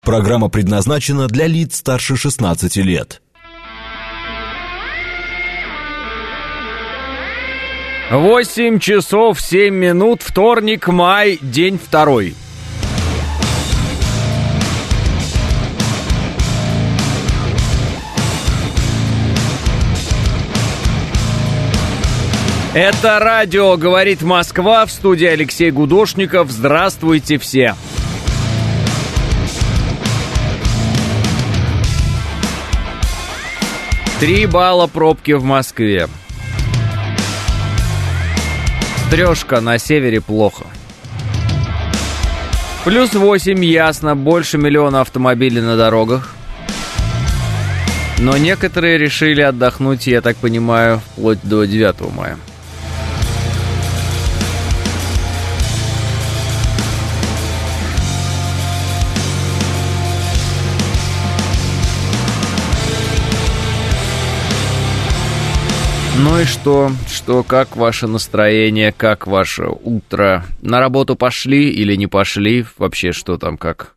Программа предназначена для лиц старше 16 лет. 8 часов 7 минут, вторник, май, день 2. Это радио «Говорит Москва», в студии Алексей Гудошников. Здравствуйте все! Три балла пробки в Москве. Трешка на севере плохо. Плюс 8, ясно, больше миллиона автомобилей на дорогах. Но некоторые решили отдохнуть, я так понимаю, вплоть до 9 мая. Ну и что, как ваше настроение, как ваше утро? На работу пошли или не пошли? Вообще, что там, как?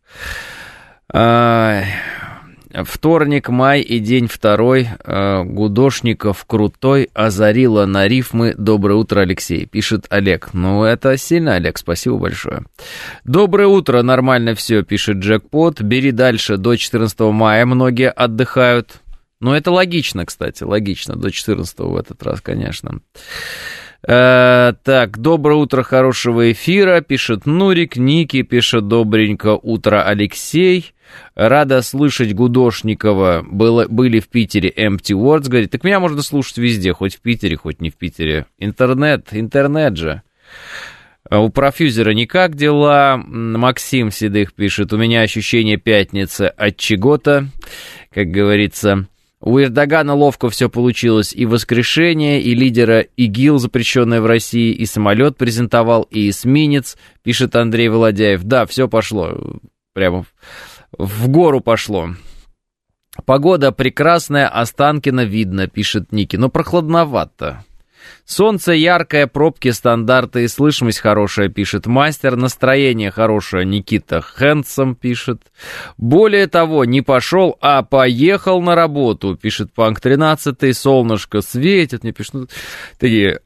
Вторник, май и день 2. Гудошников крутой, озарила на рифмы. Доброе утро, Алексей, пишет Олег. Ну, это сильно, Олег, спасибо большое. Доброе утро, нормально все, пишет Джекпот. Бери дальше, до 14 мая многие отдыхают. Ну, это логично, кстати, логично, до 14-го в этот раз, конечно. Так, доброе утро, хорошего эфира, пишет Нурик. Ники пишет, добренько утро, Алексей. Рада слышать Гудошникова. Были в Питере Empty Words, говорит. Так меня можно слушать везде, хоть в Питере, хоть не в Питере. Интернет же. У профьюзера никак дела. Максим Седых пишет, у меня ощущение пятницы от чего-то, как говорится. У Эрдогана ловко все получилось, и воскрешение, и лидера ИГИЛ, запрещенное в России, и самолет презентовал, и эсминец, пишет Андрей Володяев. Да, все пошло, прямо в гору пошло. Погода прекрасная, Останкино видно, пишет Ники, но прохладновато. Солнце яркое, пробки стандарты и слышимость хорошая, пишет Мастер. Настроение хорошее, Никита Хэнсом пишет. Более того, не пошел, а поехал на работу, пишет Панк 13. Солнышко светит, мне пишут такие...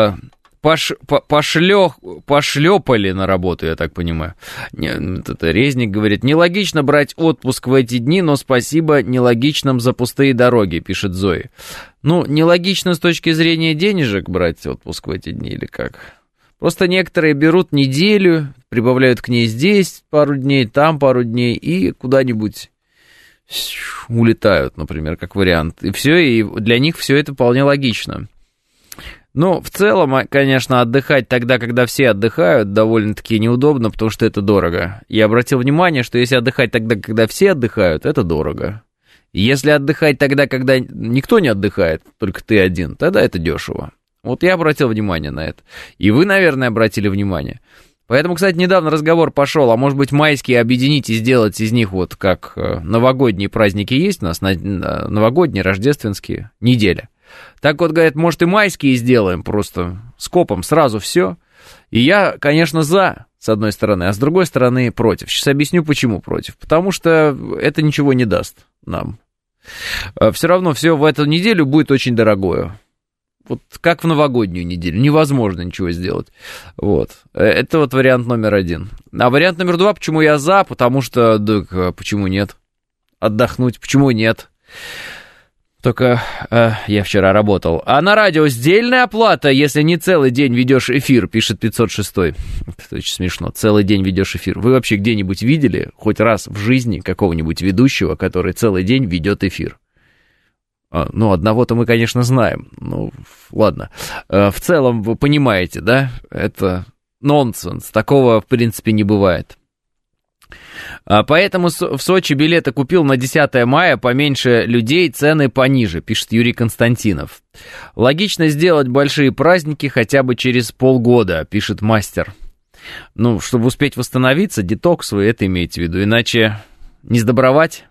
Пошлепали на работу, я так понимаю. Это Резник говорит, нелогично брать отпуск в эти дни, но спасибо нелогичным за пустые дороги, пишет Зои. Ну, нелогично с точки зрения денежек брать отпуск в эти дни или как? Просто некоторые берут неделю, прибавляют к ней здесь пару дней, там пару дней и куда-нибудь улетают, например, как вариант. И все, и для них все это вполне логично. Ну, в целом, конечно, отдыхать тогда, когда все отдыхают, довольно-таки неудобно, потому что это дорого. Я обратил внимание, что если отдыхать тогда, когда все отдыхают, это дорого. Если отдыхать тогда, когда никто не отдыхает, только ты один, тогда это дешево. Вот я обратил внимание на это. И вы, наверное, обратили внимание. Поэтому, кстати, недавно разговор пошел, а может быть майские объединить и сделать из них вот как новогодние праздники есть у нас, новогодние, рождественские, неделя. Так вот, говорят, может и майские сделаем просто скопом сразу все. И я, конечно, за, с одной стороны, а с другой стороны против. Сейчас объясню, почему против. Потому что это ничего не даст нам. Все равно все в эту неделю будет очень дорогое. Вот как в новогоднюю неделю. Невозможно ничего сделать. Вот. Это вот вариант номер 1. А вариант номер 2, почему я за? Потому что, да, почему нет? Отдохнуть, почему нет? Только я вчера работал. А на радио сдельная оплата, если не целый день ведешь эфир, пишет 506. Это очень смешно. Целый день ведешь эфир. Вы вообще где-нибудь видели хоть раз в жизни какого-нибудь ведущего, который целый день ведет эфир? Ну, одного-то мы, конечно, знаем. Ну, ладно. В целом, вы понимаете, да? Это нонсенс. Такого, в принципе, не бывает. Поэтому в Сочи билеты купил на 10 мая, поменьше людей, цены пониже, пишет Юрий Константинов. Логично сделать большие праздники хотя бы через полгода, пишет Мастер. Ну, чтобы успеть восстановиться, детокс вы это имеете в виду, иначе не сдобровать.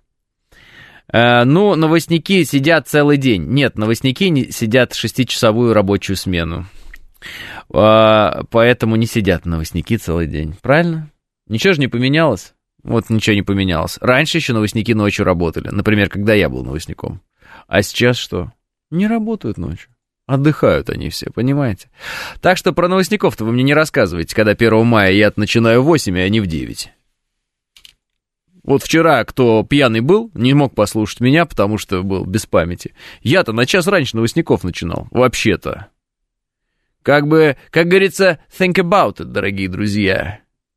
Ну, новостники сидят целый день. Нет, новостники сидят 6-часовую рабочую смену. Поэтому не сидят новостники целый день. Правильно? Ничего же не поменялось. Вот ничего не поменялось. Раньше еще новостники ночью работали, например, когда я был новостником. А сейчас что? Не работают ночью. Отдыхают они все, понимаете? Так что про новостников-то вы мне не рассказывайте, когда 1 мая я начинаю в 8, а не в 9. Вот вчера, кто пьяный был, не мог послушать меня, потому что был без памяти. Я-то на час раньше новостников начинал, вообще-то. Как говорится, think about it, дорогие друзья.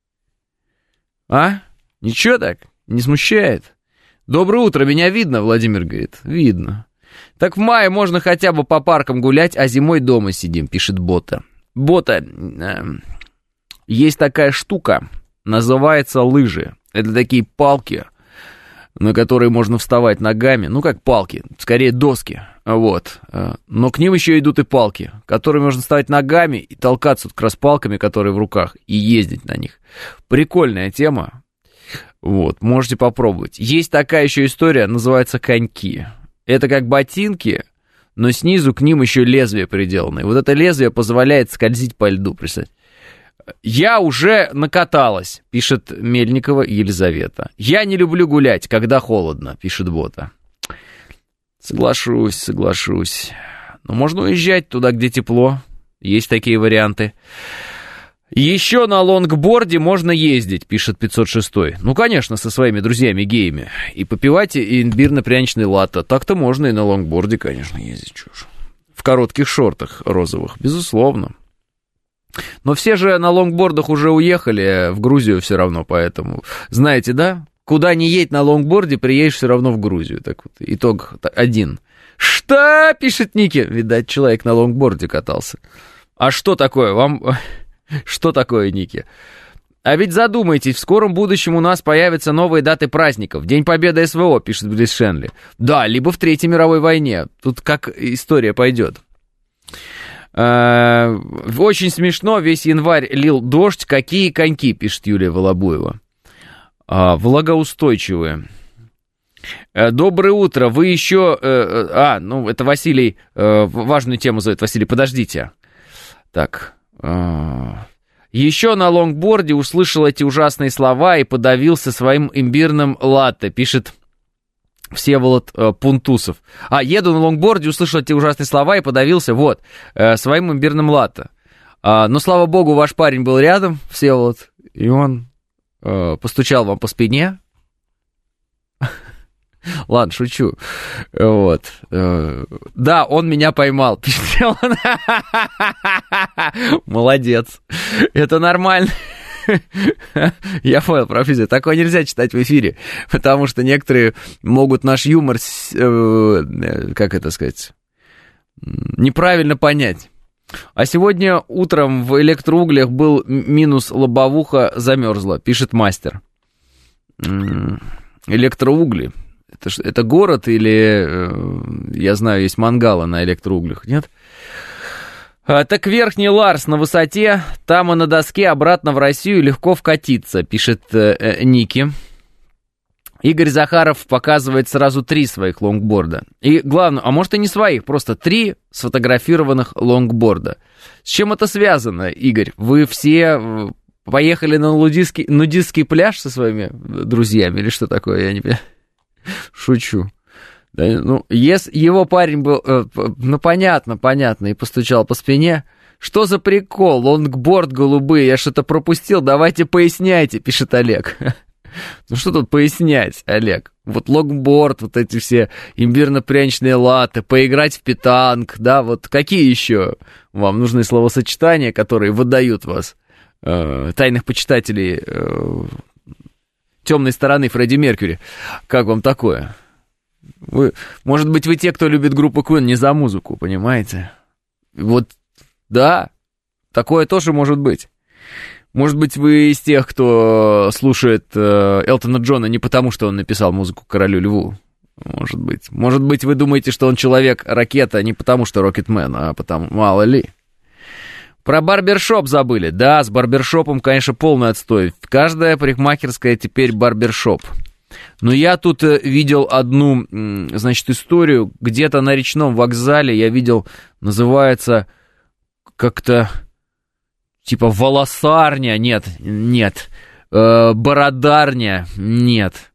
А? Ничего так? Не смущает? Доброе утро, меня видно, Владимир говорит. Видно. Так в мае можно хотя бы по паркам гулять, а зимой дома сидим, пишет Бота. Бота, есть такая штука, называется лыжи. Это такие палки, на которые можно вставать ногами. Ну, как палки, скорее доски. Вот. Но к ним еще идут и палки, которые можно вставать ногами и толкаться как раз палками, которые в руках, и ездить на них. Прикольная тема. Вот, можете попробовать. Есть такая еще история, называется коньки. Это как ботинки, но снизу к ним еще лезвие приделано. И вот это лезвие позволяет скользить по льду, представьте. Я уже накаталась, пишет Мельникова Елизавета. Я не люблю гулять, когда холодно, пишет Бота. Соглашусь. Но можно уезжать туда, где тепло. Есть такие варианты. Еще на лонгборде можно ездить, пишет 506. Ну, конечно, со своими друзьями-геями. И попивать имбирно-пряничный латте. Так-то можно и на лонгборде, конечно, ездить. Чушь. В коротких шортах розовых, безусловно. Но все же на лонгбордах уже уехали в Грузию все равно, поэтому, знаете, да? Куда ни едь на лонгборде, приедешь все равно в Грузию. Так вот, итог один. Что, пишет Ники? Видать, человек на лонгборде катался. А что такое? Что такое, Ники? А ведь задумайтесь, в скором будущем у нас появятся новые даты праздников. День Победы СВО, пишет Близ Шенли. Да, либо в Третьей мировой войне. Тут как история пойдет. Очень смешно, весь январь лил дождь. Какие коньки, пишет Юлия Волобуева. Влагоустойчивые. Доброе утро, вы еще... это Василий, важную тему зовет. Василий, подождите. Так. Еще на лонгборде услышал эти ужасные слова и подавился своим имбирным латте, пишет Всеволод Пунтусов. Еду на лонгборде, услышал эти ужасные слова и подавился, своим имбирным латте. Но, слава богу, ваш парень был рядом, Всеволод, и он постучал вам по спине. Ладно, шучу. Вот. Да, он меня поймал, пишет он. Молодец. Это нормально. Я понял, профессор. Такое нельзя читать в эфире, потому что некоторые могут наш юмор, как это сказать, неправильно понять. А сегодня утром в электроуглях был минус, лобовуха замерзла, пишет мастер. Электроугли. Это город или, я знаю, есть мангалы на электроуглях, нет? Так Верхний Ларс на высоте, там и на доске обратно в Россию легко вкатиться, пишет Ники. Игорь Захаров показывает сразу 3 своих лонгборда. И главное, а может и не своих, просто 3 сфотографированных лонгборда. С чем это связано, Игорь? Вы все поехали на нудистский пляж со своими друзьями или что такое? Я не понимаю. Шучу. Да, если его парень был, понятно, и постучал по спине. Что за прикол? Лонгборд голубые, я что-то пропустил, давайте поясняйте, пишет Олег. Ну что тут пояснять, Олег? Вот лонгборд, вот эти все имбирно-пряничные латте, поиграть в питанг, да, вот какие еще вам нужны словосочетания, которые выдают вас, тайных почитателей темной стороны Фредди Меркьюри? Как вам такое? Может быть, вы те, кто любит группу Queen не за музыку, понимаете? Вот, да, такое тоже может быть. Может быть, вы из тех, кто слушает Элтона Джона не потому, что он написал музыку Королю Льву. Может быть. Может быть, вы думаете, что он человек-ракета не потому, что Рокетмен, а потому, мало ли. Про барбершоп забыли. Да, с барбершопом, конечно, полный отстой. Каждая парикмахерская теперь барбершоп. Но я тут видел одну, значит, историю. Где-то на речном вокзале я видел, называется как-то типа волосарня. Нет. Бородарня, нет.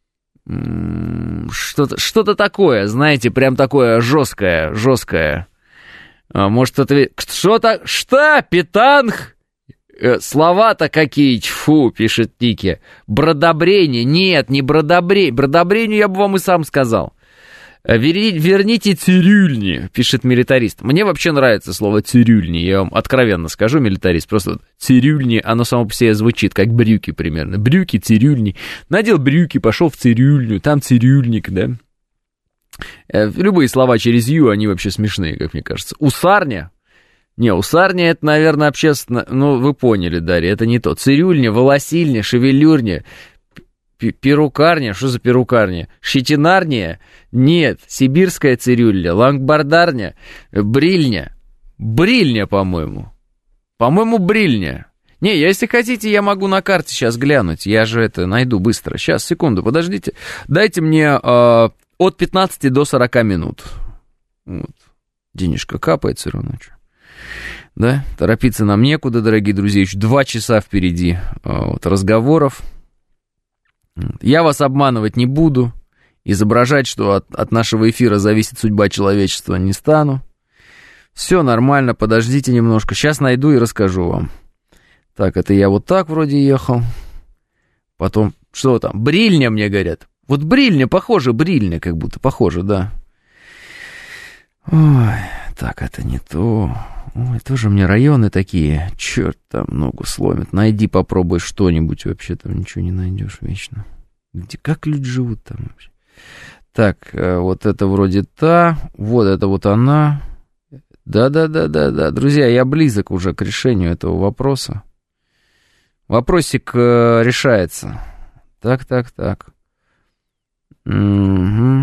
Что-то такое, знаете, прям такое жесткое. Может, это... Что-то... Что? Петанг? Слова-то какие, чфу, пишет Ники. Бродобрение. Нет, не бродобрение. Бродобрению я бы вам и сам сказал. Верните цирюльни, пишет милитарист. Мне вообще нравится слово цирюльни, я вам откровенно скажу, милитарист. Просто вот цирюльни, оно само по себе звучит, как брюки примерно. Брюки, цирюльни. Надел брюки, пошел в цирюльню, там цирюльник, да. Любые слова через «ю», они вообще смешные, как мне кажется. Усарня? Не, усарня это, наверное, общественно... Ну, вы поняли, Дарья, это не то. Цирюльня, волосильня, шевелюрня... Перукарня? Что за перукарня? Щетинарня? Нет. Сибирская цирюльня, лангбардарня, брильня. Брильня, по-моему. По-моему, брильня. Не, если хотите, я могу на карте сейчас глянуть. Я же это найду быстро. Сейчас, секунду, подождите. Дайте мне от 15 до 40 минут. Вот. Денежка капает все равно. Да? Торопиться нам некуда, дорогие друзья. Еще 2 часа впереди вот, разговоров. Я вас обманывать не буду, изображать, что от нашего эфира зависит судьба человечества, не стану. Все нормально, подождите немножко, сейчас найду и расскажу вам. Так, это я вот так вроде ехал. Потом, что там, брильня мне говорят. Вот брильня, похоже, брильня как будто, похоже, да. Ой, так, это не то. Ой, тоже мне районы такие, черт, там ногу сломит. Найди, попробуй что-нибудь, вообще там ничего не найдешь вечно. Где, как люди живут там вообще? Так, вот это вроде та, вот это вот она. Да, друзья, я близок уже к решению этого вопроса. Вопросик решается. Так. Угу.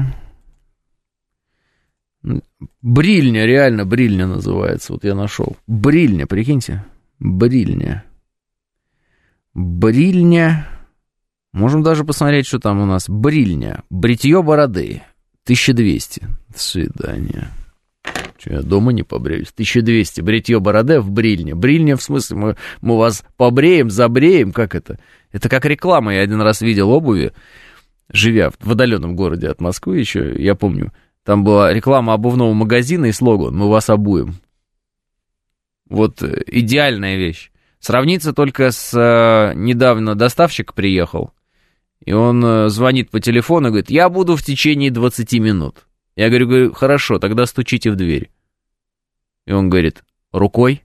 Брильня, реально брильня называется. Вот я нашел. Брильня, прикиньте. Брильня. Можем даже посмотреть, что там у нас. Брильня. Бритье бороды. 1200. До свидания. Что, я дома не побреюсь? 1200. Бритье бороды в брильне. Брильня в смысле, мы вас побреем, забреем. Как это? Это как реклама. Я один раз видел обуви, живя в отдаленном городе от Москвы еще, я помню. Там была реклама обувного магазина и слоган «Мы вас обуем». Вот идеальная вещь. Сравниться только с... Недавно доставщик приехал, и он звонит по телефону и говорит, я буду в течение 20 минут. Я говорю, хорошо, тогда стучите в дверь. И он говорит, рукой?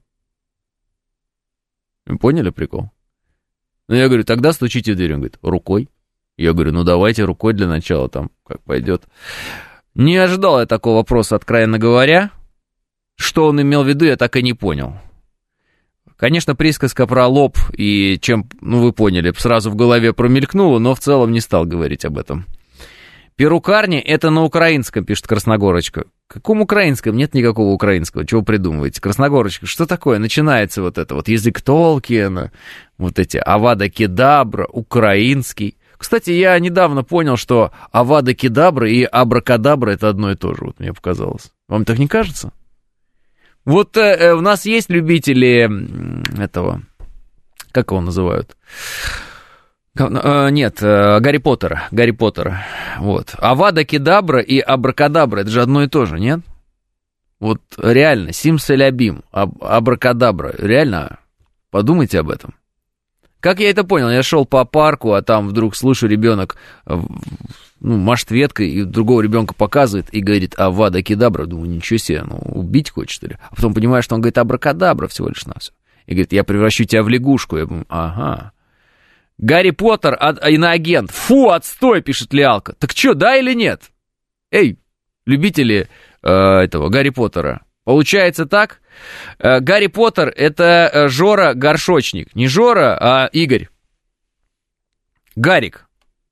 Вы поняли прикол? Ну, я говорю, тогда стучите в дверь. Он говорит, рукой? Я говорю, ну, давайте рукой для начала, там, как пойдет. Не ожидал я такого вопроса, откровенно говоря. Что он имел в виду, я так и не понял. Конечно, присказка про лоб и чем, ну, вы поняли, сразу в голове промелькнуло, но в целом не стал говорить об этом. Перукарня — это на украинском, пишет Красногорочка. Каком украинском? Нет никакого украинского. Чего придумываете? Красногорочка, что такое? Начинается вот это вот язык Толкиена, вот эти Авада Кедабра, украинский. Кстати, я недавно понял, что Авада Кедабра и Абракадабра — это одно и то же, вот мне показалось. Вам так не кажется? Вот у нас есть любители этого, как его называют? Нет, Гарри Поттера. Вот. Авада Кедабра и Абракадабра — это же одно и то же, нет? Вот реально, Симсалябим, Абракадабра, реально, подумайте об этом. Как я это понял? Я шел по парку, а там вдруг слышу, ребенок машет веткой, и другого ребенка показывает и говорит Авада Кедабра. Думаю, ничего себе, убить хочет, что ли? А потом понимаю, что он говорит Абракадабра всего лишь на все. И говорит, я превращу тебя в лягушку. Я думаю, ага. Гарри Поттер, иноагент. Фу, отстой, пишет Лиалка. Так что, да или нет? Эй, любители этого Гарри Поттера. Получается так? Гарри Поттер — это Жора Горшочник. Не Жора, а Игорь. Гарик.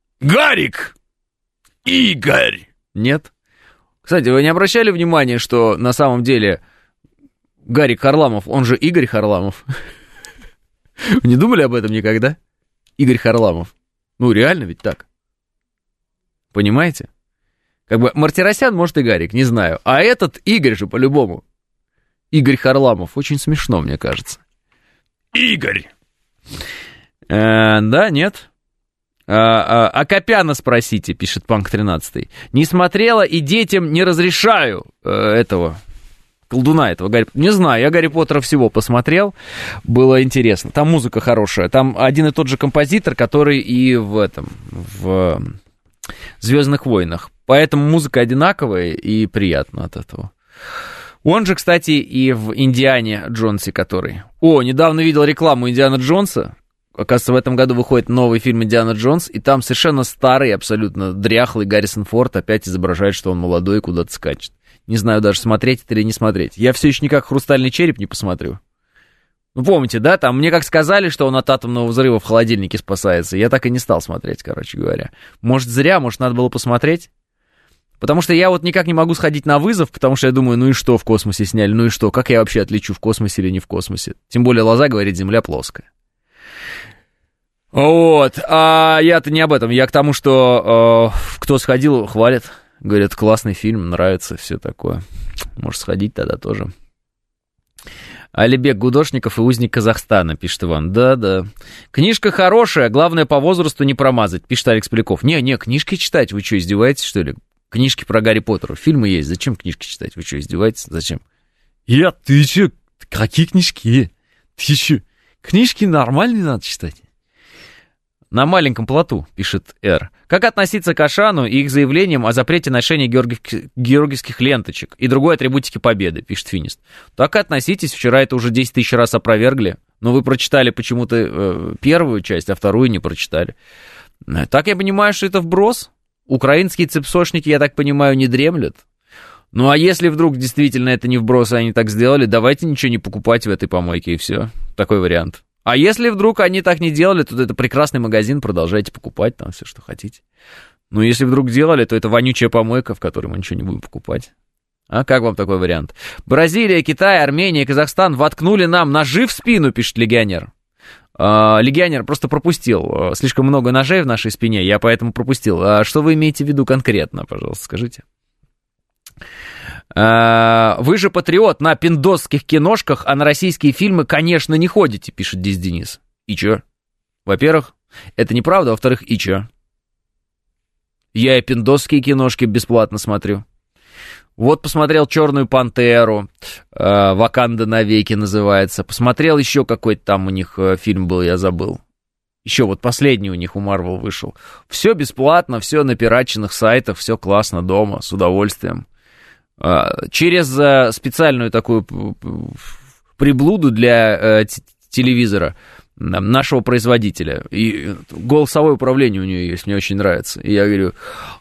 Игорь. Нет? Кстати, вы не обращали внимания, что на самом деле Гарик Харламов, он же Игорь Харламов? Не думали об этом никогда? Игорь Харламов. Ну, реально ведь так. Понимаете? Как бы Мартиросян, может, и Гарик, не знаю. А этот Игорь же по-любому. Игорь Харламов. Очень смешно, мне кажется. Игорь. Да, нет. Акопяна спросите, пишет Панк 13. Не смотрела и детям не разрешаю этого колдуна этого. Не знаю, я Гарри Поттера всего посмотрел, было интересно. Там музыка хорошая, там один и тот же композитор, который и в «Звездных войнах». Поэтому музыка одинаковая и приятно от этого. Он же, кстати, и в «Индиане Джонсе», который... недавно видел рекламу «Индиана Джонса». Оказывается, в этом году выходит новый фильм «Индиана Джонс», и там совершенно старый, абсолютно дряхлый Гаррисон Форд опять изображает, что он молодой и куда-то скачет. Не знаю даже, смотреть это или не смотреть. Я все еще никак «Хрустальный череп» не посмотрю. Ну, помните, да, там мне как сказали, что он от атомного взрыва в холодильнике спасается. Я так и не стал смотреть, короче говоря. Может, зря, может, надо было посмотреть. Потому что я вот никак не могу сходить на вызов, потому что я думаю, ну и что в космосе сняли, ну и что, как я вообще отличу, в космосе или не в космосе. Тем более Лоза говорит, Земля плоская. Вот, а я-то не об этом, я к тому, что кто сходил, хвалит, говорят, классный фильм, нравится, все такое. Может, сходить тогда тоже. Алибек Гудошников и узник Казахстана, пишет Иван. Да. Книжка хорошая, главное по возрасту не промазать, пишет Алекс Поляков. Не, книжки читать, вы что, издеваетесь, что ли? Книжки про Гарри Поттера, фильмы есть, зачем книжки читать? Вы что, издеваетесь? Зачем? Ты что, какие книжки? Ты что, книжки нормальные надо читать? На маленьком плоту, пишет Р. Как относиться к Ашану и их заявлениям о запрете ношения георгиевских ленточек и другой атрибутики победы, пишет Финист. Так и относитесь, вчера это уже 10 тысяч раз опровергли, но вы прочитали почему-то первую часть, а вторую не прочитали. Так я понимаю, что это вброс? Украинские цепсошники, я так понимаю, не дремлют? Ну а если вдруг действительно это не вброс, а они так сделали, давайте ничего не покупать в этой помойке, и все. Такой вариант. А если вдруг они так не делали, то это прекрасный магазин, продолжайте покупать там все, что хотите. Но если вдруг делали, то это вонючая помойка, в которой мы ничего не будем покупать. А как вам такой вариант? Бразилия, Китай, Армения, Казахстан воткнули нам ножи в спину, пишет легионер. Легионер просто пропустил. Слишком много ножей в нашей спине, я поэтому пропустил. А что вы имеете в виду конкретно, пожалуйста, скажите? Вы же патриот на пиндосских киношках, а на российские фильмы, конечно, не ходите, пишет здесь Денис. И чё? Во-первых, это неправда, во-вторых, и чё? Я и пиндосские киношки бесплатно смотрю. Вот посмотрел «Черную пантеру», «Ваканда навеки» называется. Посмотрел еще какой-то там у них фильм был, я забыл. Еще вот последний у них у Марвел вышел. Все бесплатно, все на пиратченных сайтах, все классно дома, с удовольствием. Через специальную такую приблуду для телевизора нашего производителя. И голосовое управление у нее есть, мне очень нравится. И я говорю,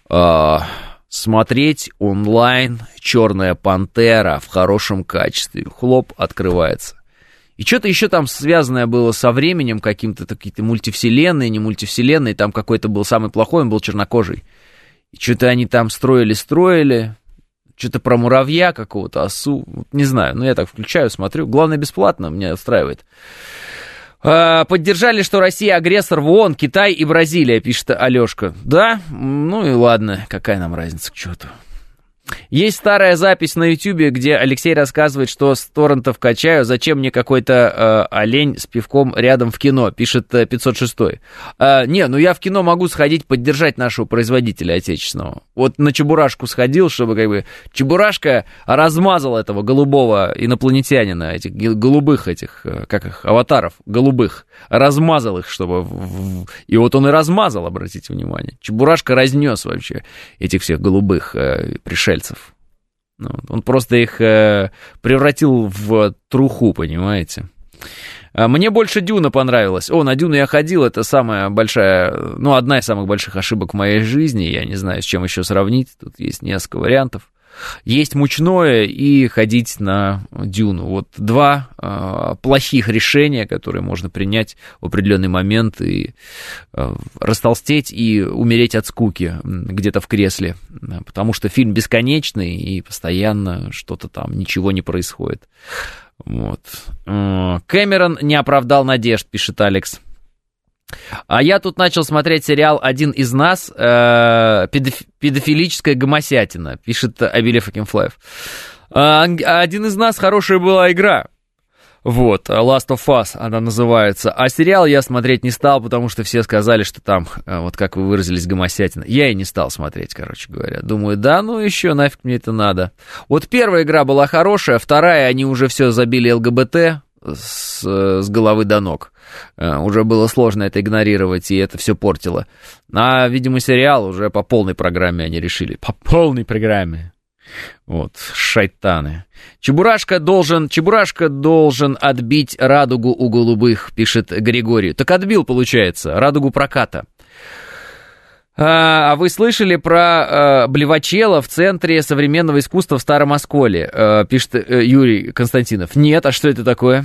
смотреть онлайн «Черная пантера» в хорошем качестве. Хлоп, открывается. И что-то еще там связанное было со временем, каким-то какие-то мультивселенные, не мультивселенные. Там какой-то был самый плохой, он был чернокожий. И что-то они там строили. Что-то про муравья какого-то, осу, не знаю, но я так включаю, смотрю. Главное, бесплатно, меня устраивает. Поддержали, что Россия агрессор в ООН, Китай и Бразилия, пишет Алешка. Да? Ну и ладно, какая нам разница к черту. Есть старая запись на Ютьюбе, где Алексей рассказывает, что с торрентов качаю, зачем мне какой-то олень с пивком рядом в кино, пишет 506. Я в кино могу сходить поддержать нашего производителя отечественного. Вот на Чебурашку сходил, чтобы как бы Чебурашка размазал этого голубого инопланетянина, этих голубых этих, как их, аватаров, голубых, размазал их, чтобы... И вот он и размазал, обратите внимание. Чебурашка разнес вообще этих всех голубых пришельцев. Он просто их превратил в труху, понимаете. Мне больше «Дюна» понравилась. На «Дюну» я ходил, это самая большая, одна из самых больших ошибок в моей жизни. Я не знаю, с чем еще сравнить. Тут есть несколько вариантов. Есть «Мучное» и ходить на «Дюну». Вот два плохих решения, которые можно принять в определенный момент и растолстеть и умереть от скуки где-то в кресле. Потому что фильм бесконечный и постоянно что-то там, ничего не происходит. Вот. Кэмерон не оправдал надежд, пишет Алекс. А я тут начал смотреть сериал «Один из нас», педофилическая гомосятина, пишет I Believe I Can Fly. «Один из нас» хорошая была игра. Вот, Last of Us она называется. А сериал я смотреть не стал, потому что все сказали, что там, вот как вы выразились, гомосятина. Я и не стал смотреть, короче говоря. Думаю, да, ну еще нафиг мне это надо. Вот первая игра была хорошая, вторая, они уже все забили ЛГБТ с головы до ног. Уже было сложно это игнорировать, и это все портило. А, видимо, сериал уже по полной программе они решили. По полной программе. Вот, шайтаны. Чебурашка должен отбить радугу у голубых, пишет Григорий. Так отбил, получается, радугу проката. А вы слышали про Блевачела в Центре современного искусства в Старом Осколе? Пишет Юрий Константинов. Нет, а что это такое?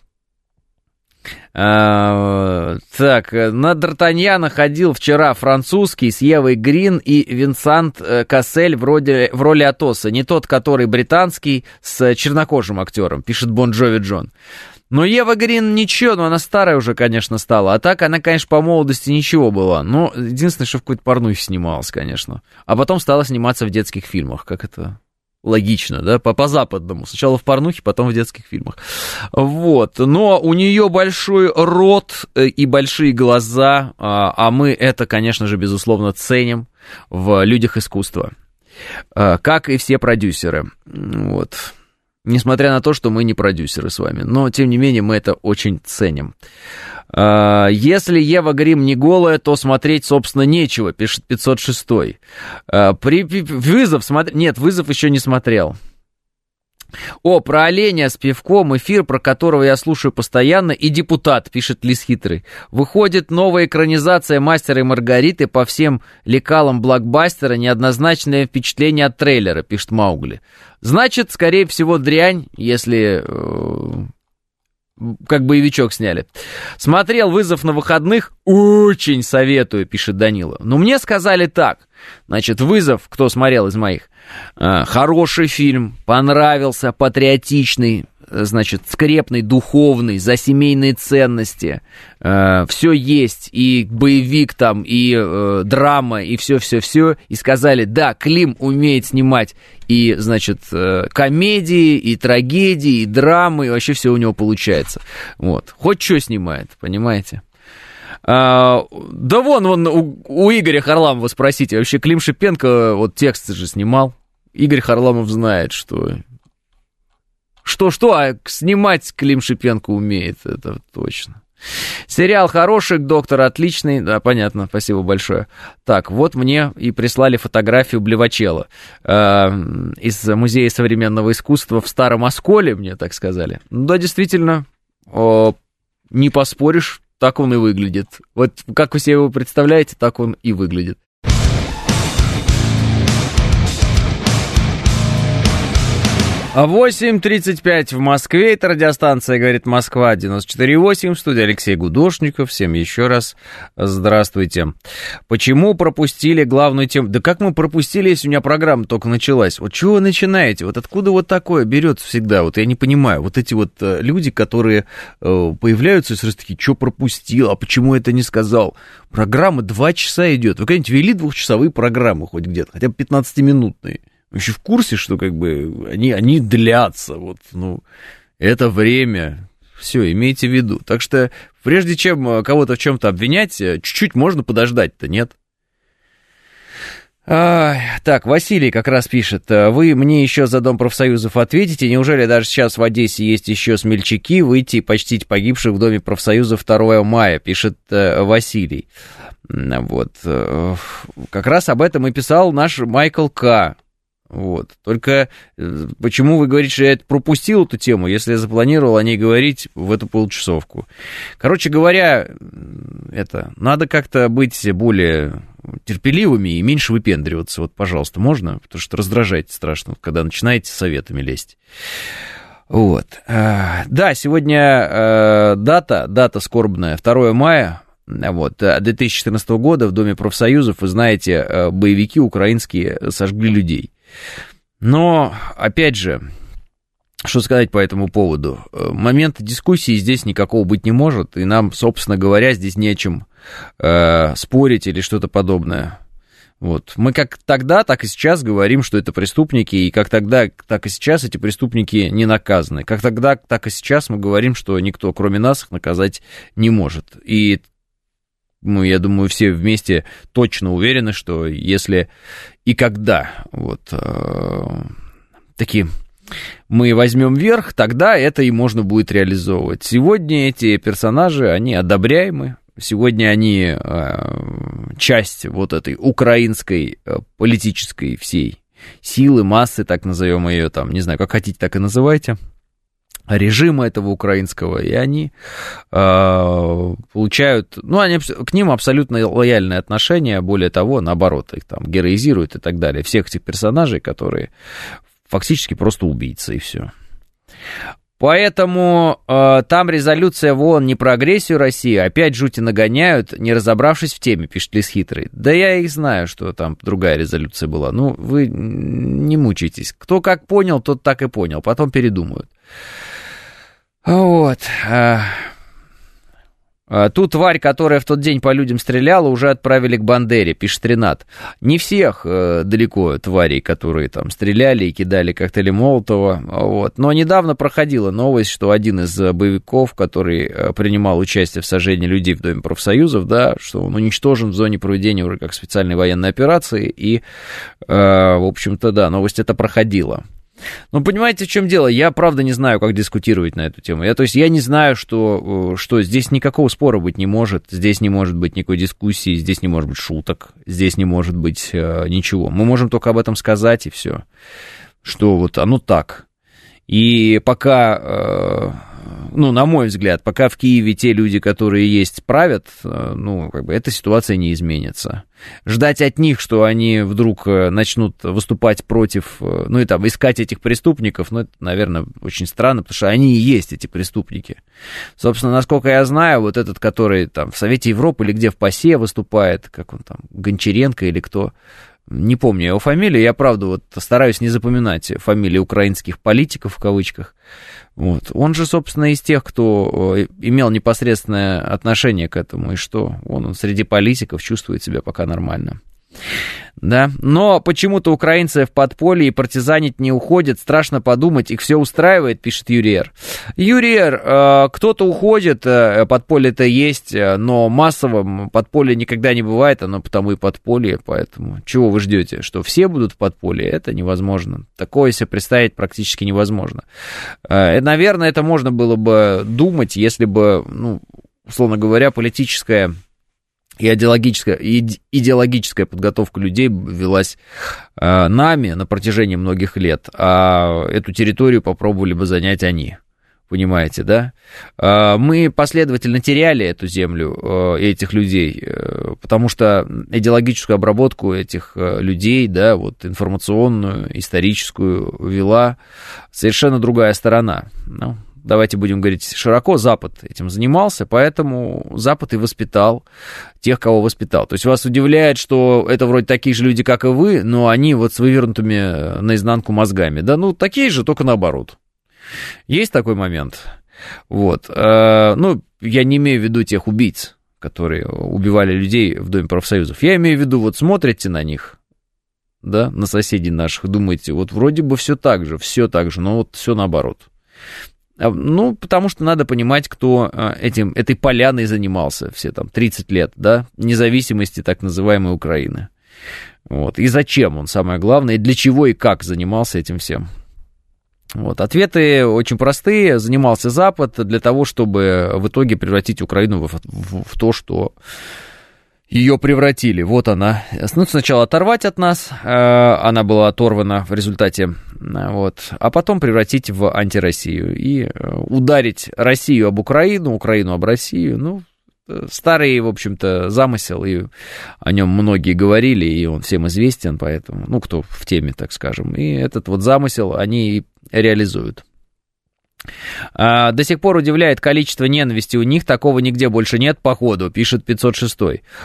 Так, на Д'Артаньяна ходил вчера французский с Евой Грин и Винсант Кассель в роли Атоса. Не тот, который британский, с чернокожим актером, пишет Бон Джови Джон. Но Ева Грин ничего, но она старая уже, конечно, стала. А так она, конечно, по молодости ничего была. Но единственное, что в какой-то порнухе снималась, конечно. А потом стала сниматься в детских фильмах. Как это... Логично, да, по-западному. Сначала в порнухе, потом в детских фильмах. Вот, но у нее большой рот и большие глаза, а мы это, конечно же, безусловно, ценим в людях искусства. Как и все продюсеры. Вот. Несмотря на то, что мы не продюсеры с вами, но, тем не менее, мы это очень ценим. Если Ева Грин не голая, то смотреть, собственно, нечего, пишет 506. Вызов смотреть... Нет, вызов еще не смотрел. Про оленя с пивком, эфир, про которого я слушаю постоянно, и депутат, пишет Лис Хитрый. Выходит новая экранизация «Мастера и Маргариты» по всем лекалам блокбастера, неоднозначное впечатление от трейлера, пишет Маугли. Значит, скорее всего, дрянь, если... как боевичок сняли. Смотрел «Вызов» на выходных, очень советую, пишет Данила. Но мне сказали так. Значит, «Вызов», кто смотрел из моих, хороший фильм, понравился, патриотичный, значит, скрепный, духовный, за семейные ценности. Все есть, и боевик там, и драма, и все-все-все. И сказали, да, Клим умеет снимать и, значит, комедии, и трагедии, и драмы, и вообще все у него получается. Вот. Хоть что снимает, понимаете? Да вон у Игоря Харламова спросите, вообще Клим Шипенко вот тексты же снимал. Игорь Харламов знает, что, а снимать Клим Шипенко умеет, это точно. Сериал хороший, доктор отличный, да, понятно, спасибо большое. Так, вот мне и прислали фотографию Блевачела из Музея современного искусства в Старом Осколе, мне так сказали. Да, действительно, не поспоришь, так он и выглядит. Вот как вы себе его представляете, так он и выглядит. А 8:35 в Москве, это радиостанция «Говорит Москва», 94,8, в студии Алексей Гудошников, всем еще раз здравствуйте. Почему пропустили главную тему? Да как мы пропустили, если у меня программа только началась? Вот чего вы начинаете? Вот откуда вот такое берется всегда? Вот я не понимаю, вот эти вот люди, которые появляются и сразу такие, что пропустил, а почему это не сказал? Программа 2 часа идет. Вы когда-нибудь вели 2-часовые программы хоть где-то, хотя бы 15-минутные? Вообще в курсе, что как бы они длятся, вот, ну, это время, все, имейте в виду. Так что, прежде чем кого-то в чем-то обвинять, чуть-чуть можно подождать-то, нет? Так, Василий как раз пишет, вы мне еще за Дом профсоюзов ответите, неужели даже сейчас в Одессе есть еще смельчаки, выйти и почтить погибших в Доме профсоюзов 2 мая, пишет Василий. Вот, как раз об этом и писал наш Майкл К. Вот. Только почему вы говорите, что я пропустил эту тему, если я запланировал о ней говорить в эту полчасовку? Короче говоря, надо как-то быть более терпеливыми и меньше выпендриваться. Вот, пожалуйста, можно? Потому что раздражаете страшно, когда начинаете советами лезть. Вот. Да, сегодня дата скорбная, 2 мая. Вот, 2014 года в Доме профсоюзов, вы знаете, боевики украинские сожгли людей. Но, опять же, что сказать по этому поводу? Момента дискуссии здесь никакого быть не может, и нам, собственно говоря, здесь не о чем спорить или что-то подобное. Вот. Мы как тогда, так и сейчас говорим, что это преступники, и как тогда, так и сейчас эти преступники не наказаны. Как тогда, так и сейчас мы говорим, что никто, кроме нас, их наказать не может. И, ну, я думаю, все вместе точно уверены, что если и когда вот такие мы возьмем верх, тогда это и можно будет реализовывать. Сегодня эти персонажи, они одобряемы. Сегодня они часть вот этой украинской политической всей силы, массы, так назовем ее, там, не знаю, как хотите, так и называйте, режима этого украинского, и они получают, ну, они, к ним абсолютно лояльное отношение, более того, наоборот, их там героизируют и так далее, всех этих персонажей, которые фактически просто убийцы, и все. Поэтому там резолюция в ООН не про агрессию России, опять жути нагоняют, не разобравшись в теме, пишет Лис Хитрый. Да я и знаю, что там другая резолюция была. Ну, вы не мучайтесь. Кто как понял, тот так и понял. Потом передумают. Вот. Ту тварь, которая в тот день по людям стреляла, уже отправили к Бандере, пишет Ренат. Не всех далеко тварей, которые там стреляли и кидали коктейли Молотова. Вот. Но недавно проходила новость, что один из боевиков, который принимал участие в сожжении людей в Доме профсоюзов, да, что он уничтожен в зоне проведения уже как специальной военной операции. И, в общем-то, да, новость эта проходила. Ну, понимаете, в чем дело? Я, правда, не знаю, как дискутировать на эту тему. То есть я не знаю, что здесь никакого спора быть не может, здесь не может быть никакой дискуссии, здесь не может быть шуток, здесь не может быть ничего. Мы можем только об этом сказать, и все. Что вот оно так. И пока, ну, на мой взгляд, пока в Киеве те люди, которые есть, правят, ну, как бы эта ситуация не изменится. Ждать от них, что они вдруг начнут выступать против, ну, и там, искать этих преступников, ну, это, наверное, очень странно, потому что они и есть эти преступники. Собственно, насколько я знаю, вот этот, который там в Совете Европы или где в ПАСЕ выступает, как он там, Гончаренко или кто, не помню его фамилию, я, правда, вот стараюсь не запоминать фамилии украинских политиков, в кавычках. Вот. Он же, собственно, из тех, кто имел непосредственное отношение к этому, и что он среди политиков чувствует себя пока нормально. Да, но почему-то украинцы в подполье и партизанить не уходят, страшно подумать, их все устраивает, пишет Юрий Р. Юрий Р, кто-то уходит, подполье-то есть, но массовым подполье никогда не бывает, оно потому и подполье, поэтому чего вы ждете, что все будут в подполье, это невозможно, такое себе представить практически невозможно. Наверное, это можно было бы думать, если бы, ну, условно говоря, политическая и идеологическая подготовка людей велась нами на протяжении многих лет, а эту территорию попробовали бы занять они. Понимаете, да? Мы последовательно теряли эту землю и этих людей, потому что идеологическую обработку этих людей, да, вот информационную, историческую вела совершенно другая сторона. Ну, давайте будем говорить широко, Запад этим занимался, поэтому Запад и воспитал тех, кого воспитал. То есть вас удивляет, что это вроде такие же люди, как и вы, но они вот с вывернутыми наизнанку мозгами. Да, ну, такие же, только наоборот. Есть такой момент. Вот. Ну, я не имею в виду тех убийц, которые убивали людей в Доме профсоюзов. Я имею в виду, вот смотрите на них, да, на соседей наших, думаете, вот вроде бы все так же, но вот все наоборот. Ну, потому что надо понимать, кто этой поляной занимался все там 30 лет, да, независимости так называемой Украины. Вот. И зачем он, самое главное, и для чего и как занимался этим всем. Вот. Ответы очень простые. Занимался Запад для того, чтобы в итоге превратить Украину в то, что ее превратили. Вот она. Ну, сначала оторвать от нас, она была оторвана в результате, вот, а потом превратить в антироссию и ударить Россию об Украину, Украину об Россию. Ну, старый, в общем-то, замысел, и о нем многие говорили, и он всем известен, поэтому, ну, кто в теме, так скажем. И этот вот замысел они реализуют. До сих пор удивляет количество ненависти у них, такого нигде больше нет, походу, пишет 506.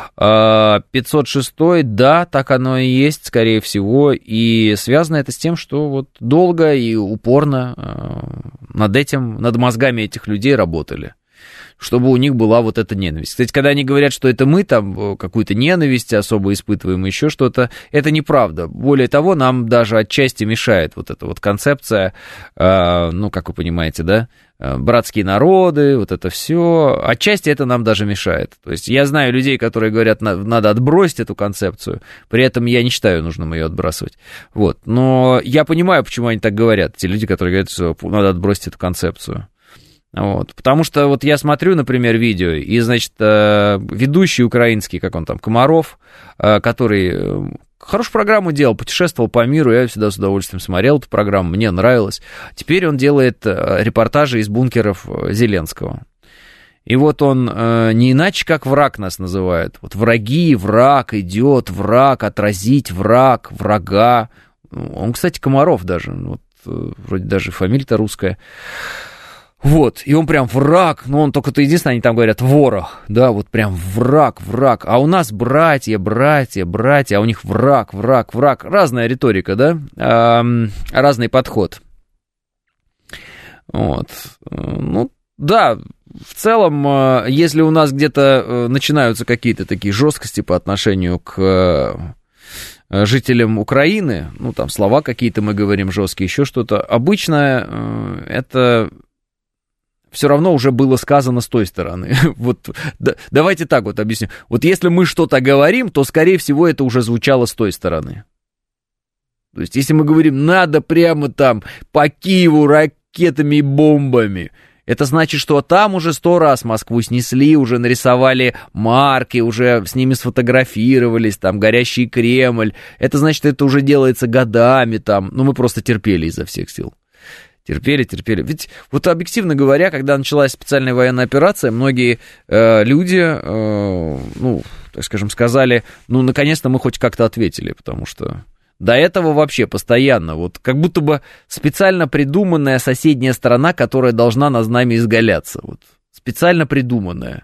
506, да, так оно и есть, скорее всего, и связано это с тем, что вот долго и упорно над мозгами этих людей работали, чтобы у них была вот эта ненависть. Кстати, когда они говорят, что это мы там какую-то ненависть особо испытываем, еще что-то, это неправда. Более того, нам даже отчасти мешает вот эта вот концепция, ну, как вы понимаете, да, братские народы, вот это все. Отчасти это нам даже мешает. То есть я знаю людей, которые говорят, надо отбросить эту концепцию, при этом я не считаю нужным ее отбрасывать. Вот. Но я понимаю, почему они так говорят, те люди, которые говорят, что надо отбросить эту концепцию. Вот. Потому что вот я смотрю, например, видео, и, значит, ведущий украинский, как он там, Комаров, который хорошую программу делал, путешествовал по миру, я всегда с удовольствием смотрел эту программу, мне нравилось. Теперь он делает репортажи из бункеров Зеленского. И вот он не иначе, как враг нас называет. Вот враги, враг, идет, враг, отразить враг, врага. Он, кстати, Комаров даже, вот, вроде даже фамилия-то русская. Вот, и он прям враг, но он только-то единственное, они там говорят ворог, да, вот прям враг, а у нас братья, а у них враг, разная риторика, да, разный подход. Вот, ну, да, в целом, если у нас где-то начинаются какие-то такие жесткости по отношению к жителям Украины, ну, там слова какие-то мы говорим жесткие, еще что-то, обычно это все равно уже было сказано с той стороны. Вот, да, давайте так вот объясню. Вот если мы что-то говорим, то, скорее всего, это уже звучало с той стороны. То есть, если мы говорим, надо прямо там по Киеву ракетами и бомбами, это значит, что там уже 100 раз Москву снесли, уже нарисовали марки, уже с ними сфотографировались, там, горящий Кремль. Это значит, это уже делается годами там. Ну, мы просто терпели изо всех сил. Терпели. Ведь вот объективно говоря, когда началась специальная военная операция, многие люди, ну, так скажем, сказали, ну, наконец-то мы хоть как-то ответили, потому что до этого вообще постоянно, вот как будто бы специально придуманная соседняя сторона, которая должна над нами изгаляться, вот, специально придуманная.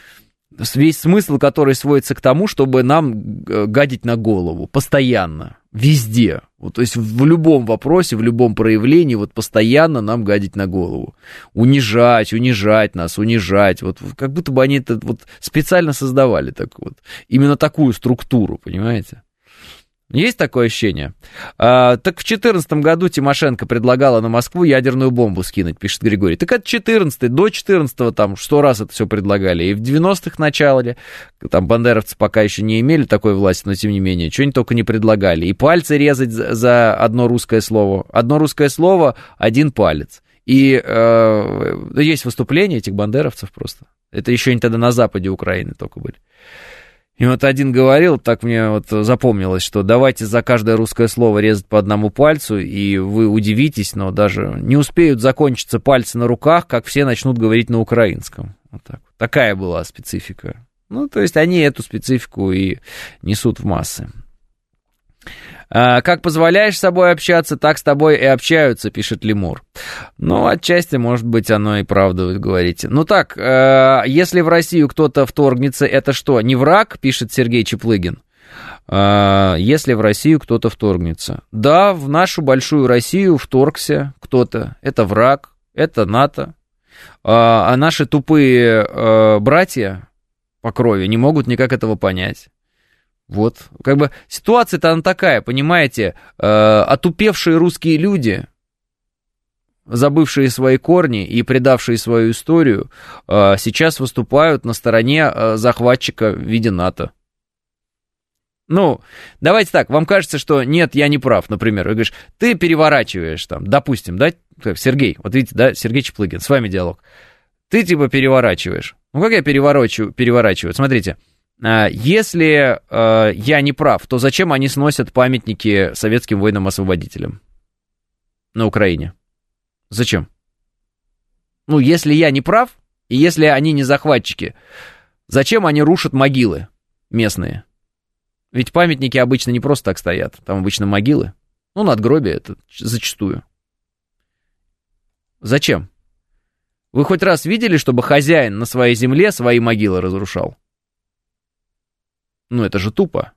Весь смысл, который сводится к тому, чтобы нам гадить на голову, постоянно, везде. Вот, то есть в любом вопросе, в любом проявлении, вот постоянно нам гадить на голову. Унижать нас. Вот как будто бы они это вот специально создавали так вот. Именно такую структуру, понимаете? Есть такое ощущение? Так в 2014 году Тимошенко предлагала на Москву ядерную бомбу скинуть, пишет Григорий. Так это 14-й, до 14-го там 100 раз это все предлагали. И в 90-х начале, там бандеровцы пока еще не имели такой власти, но тем не менее, что они только не предлагали. И пальцы резать за одно русское слово. Одно русское слово, один палец. И есть выступления этих бандеровцев просто. Это еще они тогда на западе Украины только были. И вот один говорил, так мне вот запомнилось, что давайте за каждое русское слово резать по одному пальцу, и вы удивитесь, но даже не успеют закончиться пальцы на руках, как все начнут говорить на украинском. Вот так. Такая была специфика. Ну, то есть они эту специфику и несут в массы. Как позволяешь с собой общаться, так с тобой и общаются, пишет Лемур. Ну, отчасти, может быть, оно и правда, вы говорите. Ну так, если в Россию кто-то вторгнется, это что, не враг, пишет Сергей Чеплыгин? Если в Россию кто-то вторгнется. Да, в нашу большую Россию вторгся кто-то. Это враг, это НАТО. А наши тупые братья по крови не могут никак этого понять. Вот, как бы ситуация-то она такая, понимаете, отупевшие русские люди, забывшие свои корни и предавшие свою историю, сейчас выступают на стороне захватчика в виде НАТО. Ну, давайте так, вам кажется, что нет, я не прав, например, вы говоришь, ты переворачиваешь там, допустим, да, Сергей, вот видите, да, Сергей Чеплыгин, с вами диалог, ты типа переворачиваешь. Ну, как я переворачиваю, смотрите. Если я не прав, то зачем они сносят памятники советским воинам-освободителям на Украине? Зачем? Ну, если я не прав, и если они не захватчики, зачем они рушат могилы местные? Ведь памятники обычно не просто так стоят, там обычно могилы. Ну, надгробие это зачастую. Зачем? Вы хоть раз видели, чтобы хозяин на своей земле свои могилы разрушал? Ну, это же тупо.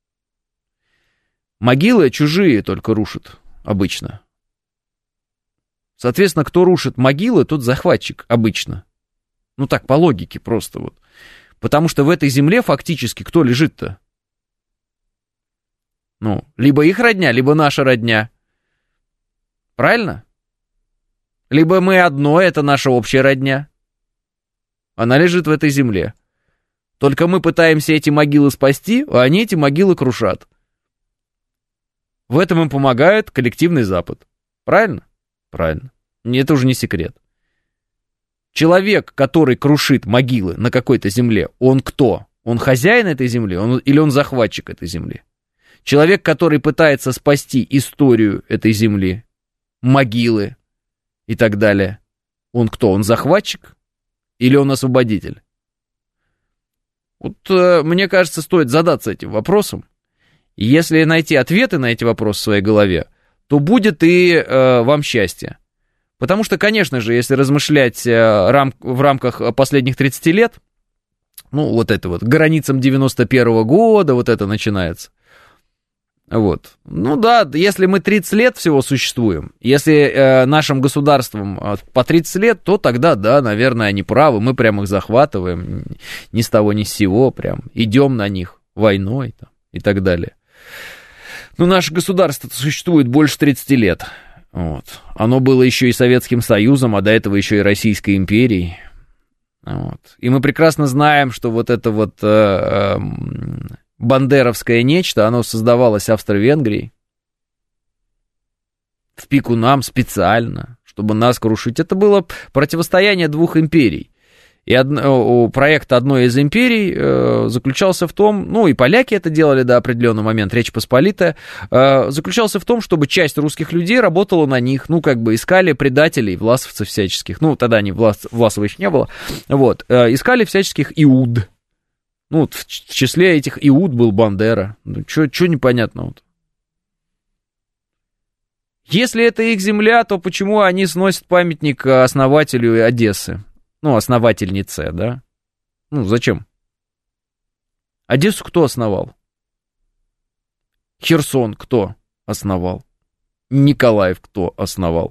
Могилы чужие только рушат обычно. Соответственно, кто рушит могилы, тот захватчик обычно. Ну так, по логике просто вот. Потому что в этой земле фактически кто лежит-то? Ну, либо их родня, либо наша родня. Правильно? Либо мы одно, это наша общая родня. Она лежит в этой земле. Только мы пытаемся эти могилы спасти, а они эти могилы крушат. В этом им помогает коллективный Запад. Правильно? Правильно. Это уже не секрет. Человек, который крушит могилы на какой-то земле, он кто? Он хозяин этой земли или он захватчик этой земли? Человек, который пытается спасти историю этой земли, могилы и так далее, он кто? Он захватчик или он освободитель? Вот мне кажется, стоит задаться этим вопросом. И если найти ответы на эти вопросы в своей голове, то будет и вам счастье. Потому что, конечно же, если размышлять в рамках последних 30 лет, ну, вот это вот, к границам 91-го года, вот это начинается. Вот. Ну да, если мы 30 лет всего существуем, если нашим государствам по 30 лет, то тогда, да, наверное, они правы, мы прям их захватываем, ни с того ни с сего, прям идем на них войной там, и так далее. Но наше государство существует больше 30 лет. Вот. Оно было еще и Советским Союзом, а до этого еще и Российской империей. Вот. И мы прекрасно знаем, что вот это вот бандеровское нечто, оно создавалось Австро-Венгрией в пику нам специально, чтобы нас крушить. Это было противостояние двух империй. И проект одной из империй заключался в том, ну и поляки это делали до определенного момента, Речь Посполитая, заключался в том, чтобы часть русских людей работала на них, ну как бы искали предателей, власовцев всяческих, ну тогда Власова еще не было, вот, искали всяческих иуд. Ну вот в числе этих иуд был Бандера. Ну что непонятно вот. Если это их земля, то почему они сносят памятник основателю Одессы? Ну, основательнице, да? Ну, зачем? Одессу кто основал? Херсон кто основал? Николаев кто основал?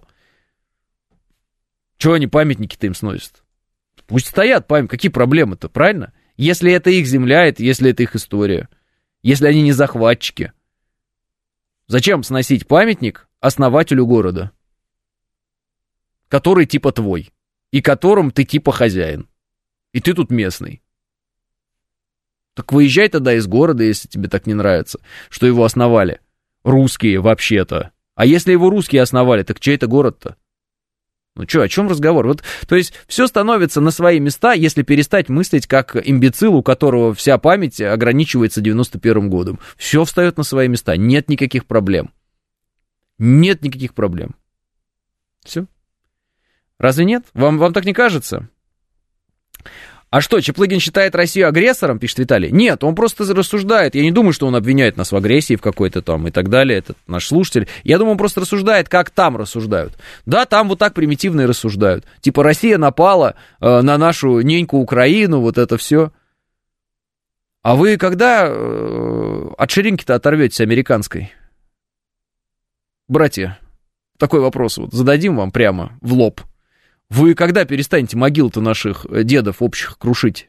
Чего они памятники-то им сносят? Пусть стоят памятники, какие проблемы-то, правильно? Если это их земля, если это их история, если они не захватчики. Зачем сносить памятник основателю города, который типа твой? И которым ты типа хозяин. И ты тут местный. Так выезжай тогда из города, если тебе так не нравится, что его основали. Русские вообще-то. А если его русские основали, так чей это город-то? Ну что, о чем разговор? Вот, то есть все становится на свои места, если перестать мыслить как имбецил, у которого вся память ограничивается 91-м годом. Все встает на свои места, нет никаких проблем. Нет никаких проблем. Все. Разве нет? Вам так не кажется? А что, Чаплыгин считает Россию агрессором, пишет Виталий? Нет, он просто рассуждает. Я не думаю, что он обвиняет нас в агрессии в какой-то там и так далее. Это наш слушатель. Я думаю, он просто рассуждает, как там рассуждают. Да, там вот так примитивно и рассуждают. Типа Россия напала на нашу неньку Украину, вот это все. А вы когда от ширинки-то оторветесь американской? Братья, такой вопрос вот зададим вам прямо в лоб. Вы когда перестанете могил-то наших дедов общих крушить?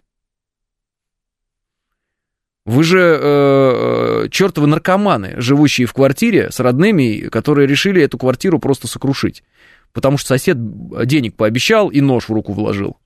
Вы же чертовы наркоманы, живущие в квартире с родными, которые решили эту квартиру просто сокрушить. Потому что сосед денег пообещал и нож в руку вложил.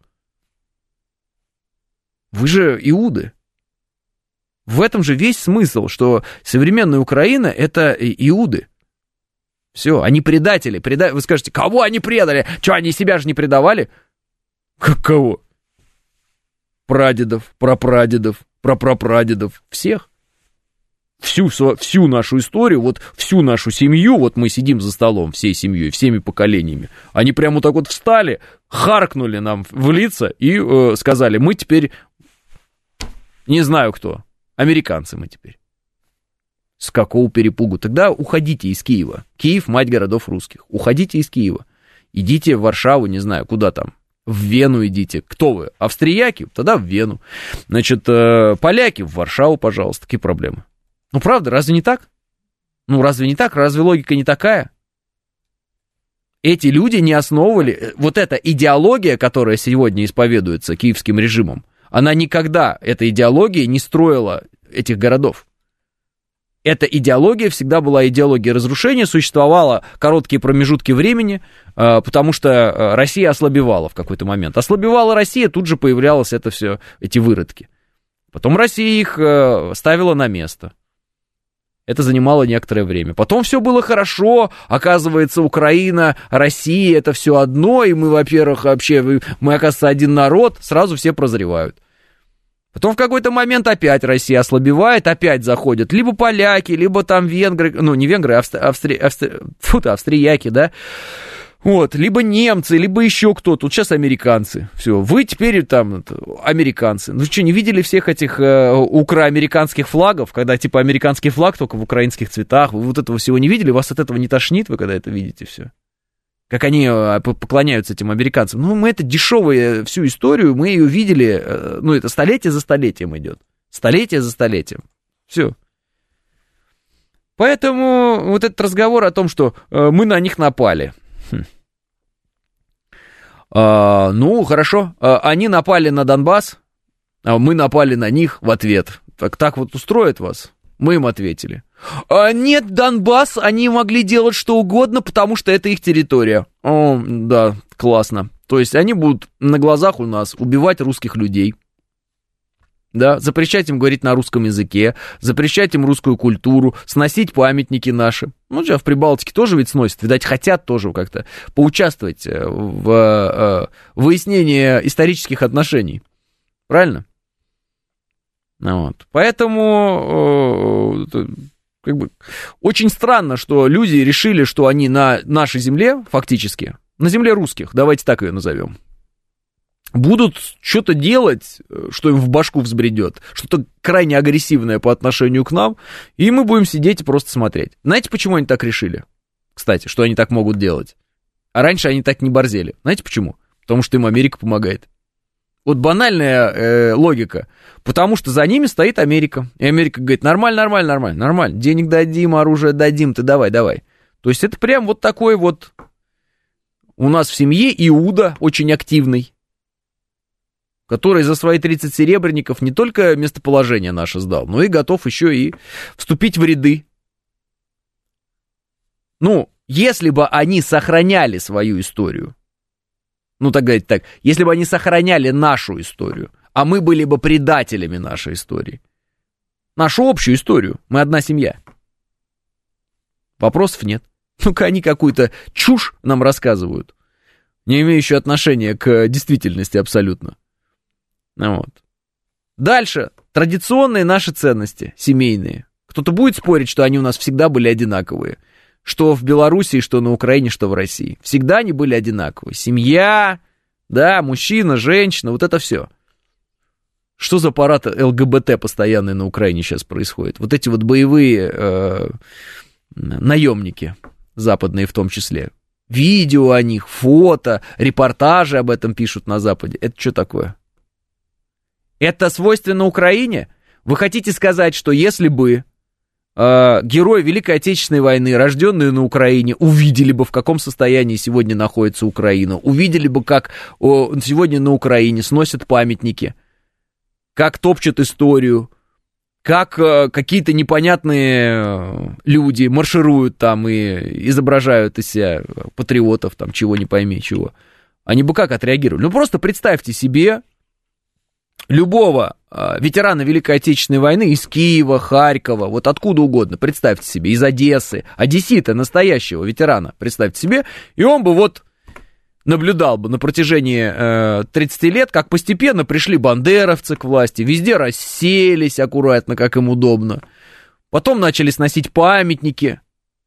Вы же иуды. В этом же весь смысл, что современная Украина — это иуды. Все, они предатели. Вы скажете, кого они предали? Что, они себя же не предавали? Как кого? Прадедов, прапрадедов, прапрапрадедов. Всех. Всю нашу историю, вот всю нашу семью, вот мы сидим за столом всей семьей, всеми поколениями. Они прямо вот так вот встали, харкнули нам в лица и сказали, мы теперь, не знаю кто, американцы мы теперь. С какого перепугу? Тогда уходите из Киева. Киев — мать городов русских. Уходите из Киева. Идите в Варшаву, не знаю, куда там. В Вену идите. Кто вы? Австрияки? Тогда в Вену. Значит, поляки в Варшаву, пожалуйста. Какие проблемы? Ну, правда, разве не так? Ну, разве не так? Разве логика не такая? Эти люди не основывали... Вот эта идеология, которая сегодня исповедуется киевским режимом, она никогда, эта идеология, не строила этих городов. Эта идеология всегда была идеологией разрушения, существовала короткие промежутки времени, потому что Россия ослабевала в какой-то момент. Ослабевала Россия, тут же появлялось это все, эти выродки. Потом Россия их ставила на место. Это занимало некоторое время. Потом все было хорошо, оказывается, Украина, Россия, это все одно, и мы, во-первых, вообще, мы, оказывается, один народ, сразу все прозревают. Потом в какой-то момент опять Россия ослабевает, опять заходят либо поляки, либо там венгры, ну, не венгры, австрияки, да, вот, либо немцы, либо еще кто-то, вот сейчас американцы, все, вы теперь там американцы. Ну что, не видели всех этих украамериканских флагов, когда типа американский флаг только в украинских цветах, вы вот этого всего не видели, вас от этого не тошнит, вы когда это видите все? Как они поклоняются этим американцам. Ну, мы это дешевую всю историю, мы ее видели, ну, это столетие за столетием идет. Столетие за столетием. Все. Поэтому вот этот разговор о том, что мы на них напали. Ну, хорошо, они напали на Донбасс, а мы напали на них в ответ. Так вот устроит вас? Мы им ответили. Нет, Донбасс, они могли делать что угодно, потому что это их территория. О, да, классно. То есть они будут на глазах у нас убивать русских людей. Да, запрещать им говорить на русском языке, запрещать им русскую культуру, сносить памятники наши. Ну, сейчас в Прибалтике тоже ведь сносят, видать, хотят тоже как-то поучаствовать в выяснении исторических отношений. Правильно? Вот. Поэтому как бы очень странно, что люди решили, что они на нашей земле, фактически, на земле русских, давайте так ее назовем, будут что-то делать, что им в башку взбредет, что-то крайне агрессивное по отношению к нам, и мы будем сидеть и просто смотреть. Знаете, почему они так решили? Кстати, что они так могут делать? А раньше они так не борзели. Знаете почему? Потому что им Америка помогает. Вот банальная логика. Потому что за ними стоит Америка. И Америка говорит, нормально. Денег дадим, оружие дадим, ты давай. То есть это прям вот такой вот у нас в семье Иуда очень активный, который за свои 30 серебряников не только местоположение наше сдал, но и готов еще и вступить в ряды. Ну, если бы они сохраняли свою историю, ну, так говорить так, если бы они сохраняли нашу историю, а мы были бы предателями нашей истории, нашу общую историю, мы одна семья, вопросов нет. Ну-ка, они какую-то чушь нам рассказывают, не имеющую отношения к действительности абсолютно. Вот. Дальше, традиционные наши ценности, семейные. Кто-то будет спорить, что они у нас всегда были одинаковые. Что в Белоруссии, что на Украине, что в России. Всегда они были одинаковые. Семья, да, мужчина, женщина, вот это все. Что за парад ЛГБТ постоянный на Украине сейчас происходит? Вот эти вот боевые наемники, западные в том числе. Видео о них, фото, репортажи об этом пишут на Западе. Это что такое? Это свойственно Украине? Вы хотите сказать, что если бы герои Великой Отечественной войны, рожденные на Украине, увидели бы, в каком состоянии сегодня находится Украина, увидели бы, как сегодня на Украине сносят памятники, как топчут историю, как какие-то непонятные люди маршируют там и изображают из себя патриотов, там, чего не пойми чего, они бы как отреагировали? Ну, просто представьте себе любого ветерана Великой Отечественной войны из Киева, Харькова, вот откуда угодно, представьте себе, из Одессы, одессита, настоящего ветерана, представьте себе, и он бы вот наблюдал бы на протяжении 30 лет, как постепенно пришли бандеровцы к власти, везде расселись аккуратно, как им удобно, потом начали сносить памятники,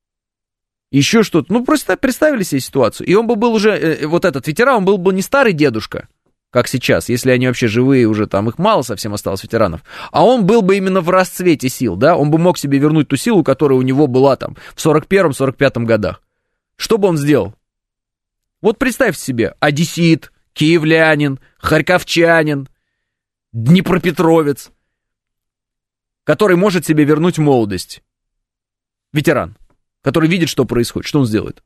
еще что-то, ну просто представили себе ситуацию, и он бы был уже, вот этот ветеран, он был бы не старый дедушка, как сейчас, если они вообще живые уже, там их мало совсем осталось ветеранов, а он был бы именно в расцвете сил, да, он бы мог себе вернуть ту силу, которая у него была там в 41-45 годах. Что бы он сделал? Вот представьте себе, одессит, киевлянин, харьковчанин, днепропетровец, который может себе вернуть молодость. Ветеран, который видит, что происходит, что он сделает?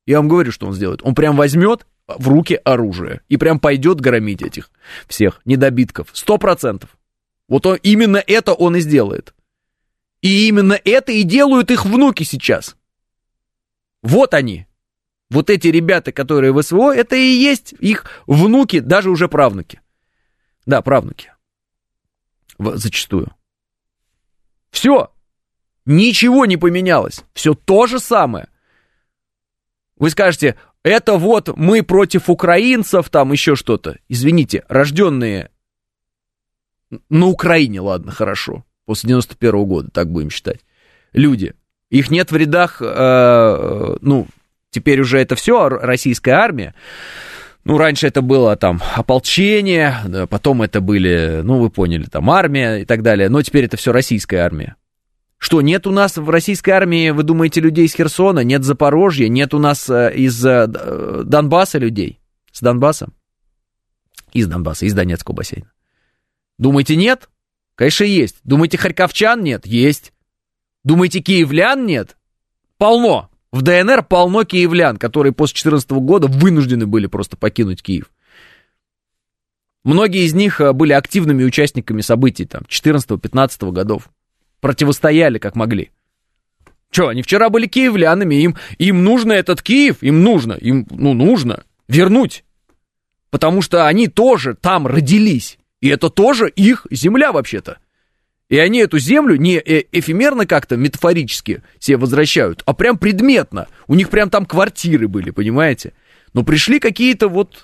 Я вам говорю, что он сделает. Он прям возьмет в руки оружие и прям пойдет громить этих всех недобитков. 100%. Вот именно это он и сделает. И именно это и делают их внуки сейчас. Вот они. Вот эти ребята, которые в СВО, это и есть их внуки, даже уже правнуки. Да, правнуки. Зачастую. Все. Ничего не поменялось. Все то же самое. Вы скажете, это вот мы против украинцев, там еще что-то. Извините, рожденные на Украине, ладно, хорошо. После 91-го года, так будем считать. Люди. Их нет в рядах, теперь уже это все российская армия. Раньше это было там ополчение, потом это были, вы поняли, там армия и так далее. Но теперь это все российская армия. Что, нет у нас в российской армии, вы думаете, людей из Херсона? Нет Запорожья? Нет у нас из Донбасса людей? С Донбасса? Из Донбасса, из Донецкого бассейна. Думаете, нет? Конечно, есть. Думаете, харьковчан нет? Есть. Думаете, киевлян нет? Полно. В ДНР полно киевлян, которые после 2014 года вынуждены были просто покинуть Киев. Многие из них были активными участниками событий там 14-15 годов. Противостояли как могли. Че, они вчера были киевлянами, им нужно этот Киев, им нужно вернуть. Потому что они тоже там родились. И это тоже их земля вообще-то. И они эту землю не эфемерно как-то метафорически себе возвращают, а прям предметно. У них прям там квартиры были, понимаете? Но пришли какие-то вот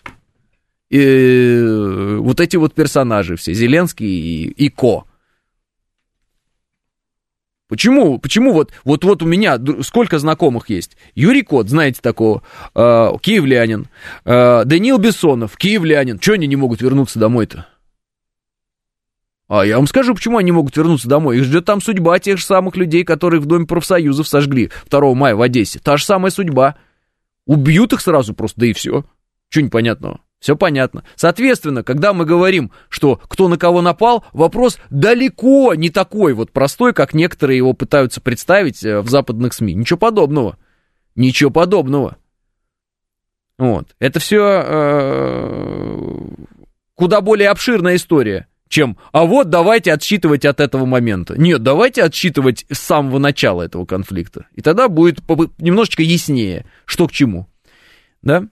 эти вот персонажи все, Зеленский и Ко. Почему вот у меня сколько знакомых есть? Юрий Кот, знаете такого, киевлянин. Даниил Бессонов, киевлянин. Чего они не могут вернуться домой-то? А я вам скажу, почему они не могут вернуться домой. Их ждет там судьба тех же самых людей, которых в Доме профсоюзов сожгли 2 мая в Одессе. Та же самая судьба. Убьют их сразу просто, да и все. Чего непонятного? Все понятно. Соответственно, когда мы говорим, что кто на кого напал, вопрос далеко не такой вот простой, как некоторые его пытаются представить в западных СМИ. Ничего подобного. Ничего подобного. Вот. Это все куда более обширная история, чем, а вот давайте отсчитывать от этого момента. Нет, давайте отсчитывать с самого начала этого конфликта. И тогда будет немножечко яснее, что к чему. Да?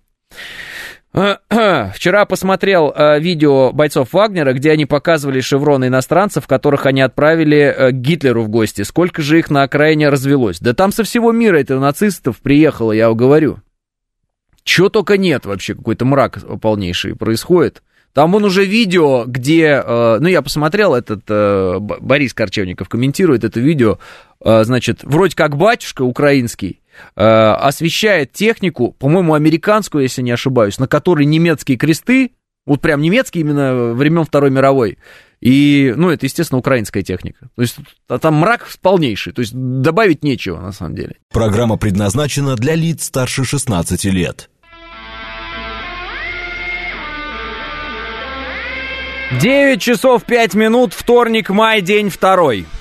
Вчера посмотрел видео бойцов Вагнера, где они показывали шевроны иностранцев, которых они отправили к Гитлеру в гости. Сколько же их на окраине развелось? Да там со всего мира это нацистов приехало, я говорю. Чего только нет вообще, какой-то мрак полнейший происходит. Там вон уже видео, где, я посмотрел, Борис Корчевников комментирует это видео, значит, вроде как батюшка украинский освещает технику, по-моему, американскую, если не ошибаюсь, на которой немецкие кресты, вот прям немецкие именно времен Второй мировой, и, это, естественно, украинская техника. То есть там мрак полнейший, то есть добавить нечего, на самом деле. Программа предназначена для лиц старше 16 лет. 9 часов 5 минут, вторник, май, день 2.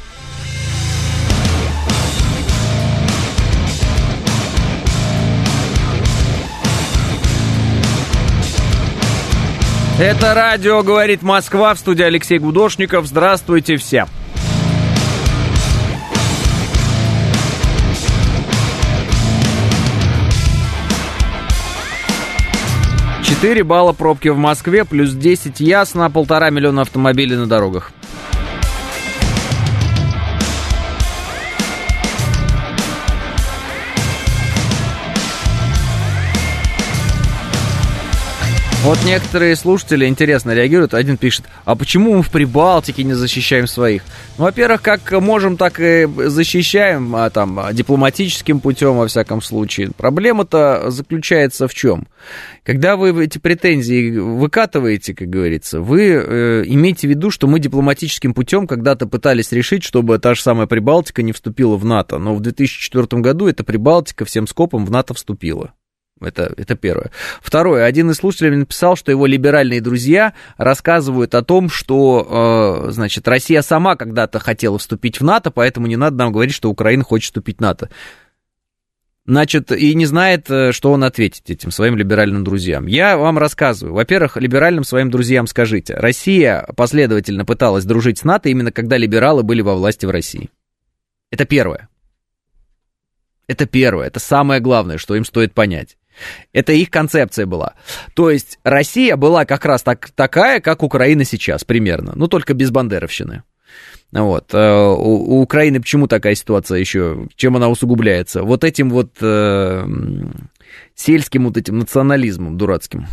Это радио «Говорит Москва», в студии Алексей Гудошников. Здравствуйте всем. $4 балла пробки в Москве, плюс 10 ясно, 1,5 миллиона автомобилей на дорогах. Вот некоторые слушатели интересно реагируют. Один пишет, а почему мы в Прибалтике не защищаем своих? Во-первых, как можем, так и защищаем, дипломатическим путем, во всяком случае. Проблема-то заключается в чем? Когда вы эти претензии выкатываете, как говорится, вы имеете в виду, что мы дипломатическим путем когда-то пытались решить, чтобы та же самая Прибалтика не вступила в НАТО. Но в 2004 году эта Прибалтика всем скопом в НАТО вступила. Это первое. Второе. Один из слушателей написал, что его либеральные друзья рассказывают о том, что, Россия сама когда-то хотела вступить в НАТО, поэтому не надо нам говорить, что Украина хочет вступить в НАТО. Значит, и не знает, что он ответить этим своим либеральным друзьям. Я вам рассказываю. Во-первых, либеральным своим друзьям скажите. Россия последовательно пыталась дружить с НАТО именно когда либералы были во власти в России. Это первое. Это самое главное, что им стоит понять. Это их концепция была. То есть Россия была как раз такая, как Украина сейчас примерно. Ну, только без бандеровщины. Вот. У Украины почему такая ситуация еще? Чем она усугубляется? Вот этим вот сельским вот этим национализмом дурацким.